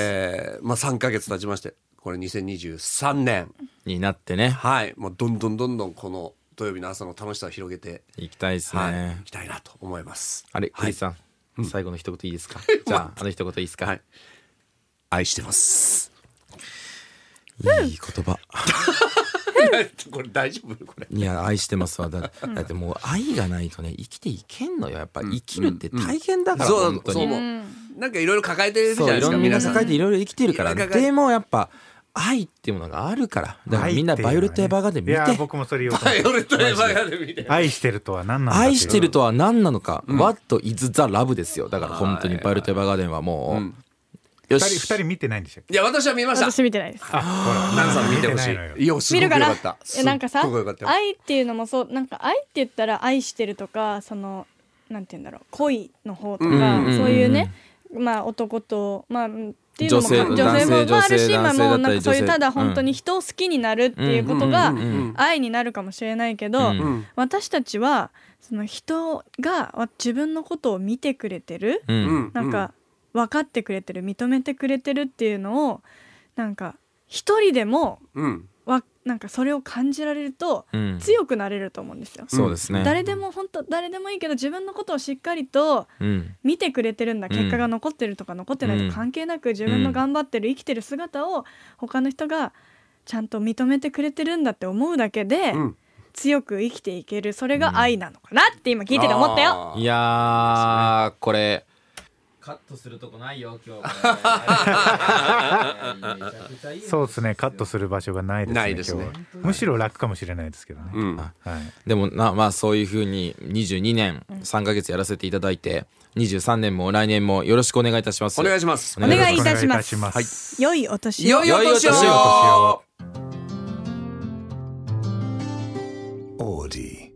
S2: 3ヶ月経ちまして、これ2023年
S3: になってね、
S2: もうどんどんこの土曜日の朝の楽しさを広げて
S3: いきたいですね、
S2: いきたいなと思います。
S3: クリスさん、最後の一言いいですかじゃあ一言いいですか。
S2: 愛してます。
S3: いい言葉
S2: これ大丈夫？これ、
S3: いや愛してますわ。だってもう愛がないとね生きていけんのよ。やっぱ生きるって大変だから、本当に
S2: なんかいろいろ抱えてるじゃないですか。
S3: 皆さん抱えていろいろ生きてるから。でもやっぱ愛っていうものがあるから、だからみんなバイオレット・エヴァーガーデン見て。
S1: いや僕もそれ言おうと思って。
S2: バイオレット・エヴァーガーデン見て。
S1: 愛してるとは何なのか。
S3: 愛してるとは何なのか、What is the love ですよ。だから本当にバイオレット・エヴァーガーデンはもう、
S1: 二人見てないんでしたっけ？
S2: いや私は見ました。
S4: 私見てないです。
S2: ほら、ナンさん見てほしい。いやすごくよかった。
S4: なんかさ、愛っていうのもそう、なんか愛って言ったら愛してるとか、そのなんて言うんだろう、恋の方とか、そういうね、男とっていうのも女性もあるし、もうなんかそういうただ本当に人を好きになるっていうことが愛になるかもしれないけど、私たちはその人が自分のことを見てくれてる、なんか分かってくれてる、認めてくれてるっていうのをなんか一人でもなんかそれを感じられると強くなれると思うんですよ。
S3: そうですね。
S4: 誰でも本当誰でもいいけど、自分のことをしっかりと見てくれてるんだ、結果が残ってるとか残ってないと関係なく、自分の頑張ってる生きてる姿を他の人がちゃんと認めてくれてるんだって思うだけで、 強く生きていける、それが愛なのかなって今聞いてて思ったよ。
S3: いやーこれカットするとこないよ今日。
S1: そうですね、カットする場所がないですね。
S2: ないですね。
S1: むしろ楽かもしれないですけどね。
S3: はい、でもまあそういう風に22年3ヶ月やらせていただいて、23年も来年もよろしくお願いいたします。
S2: お願いします。
S4: お願いいたします。
S1: はい、
S4: 良いお年を。
S2: 良いお年を。
S5: オーディ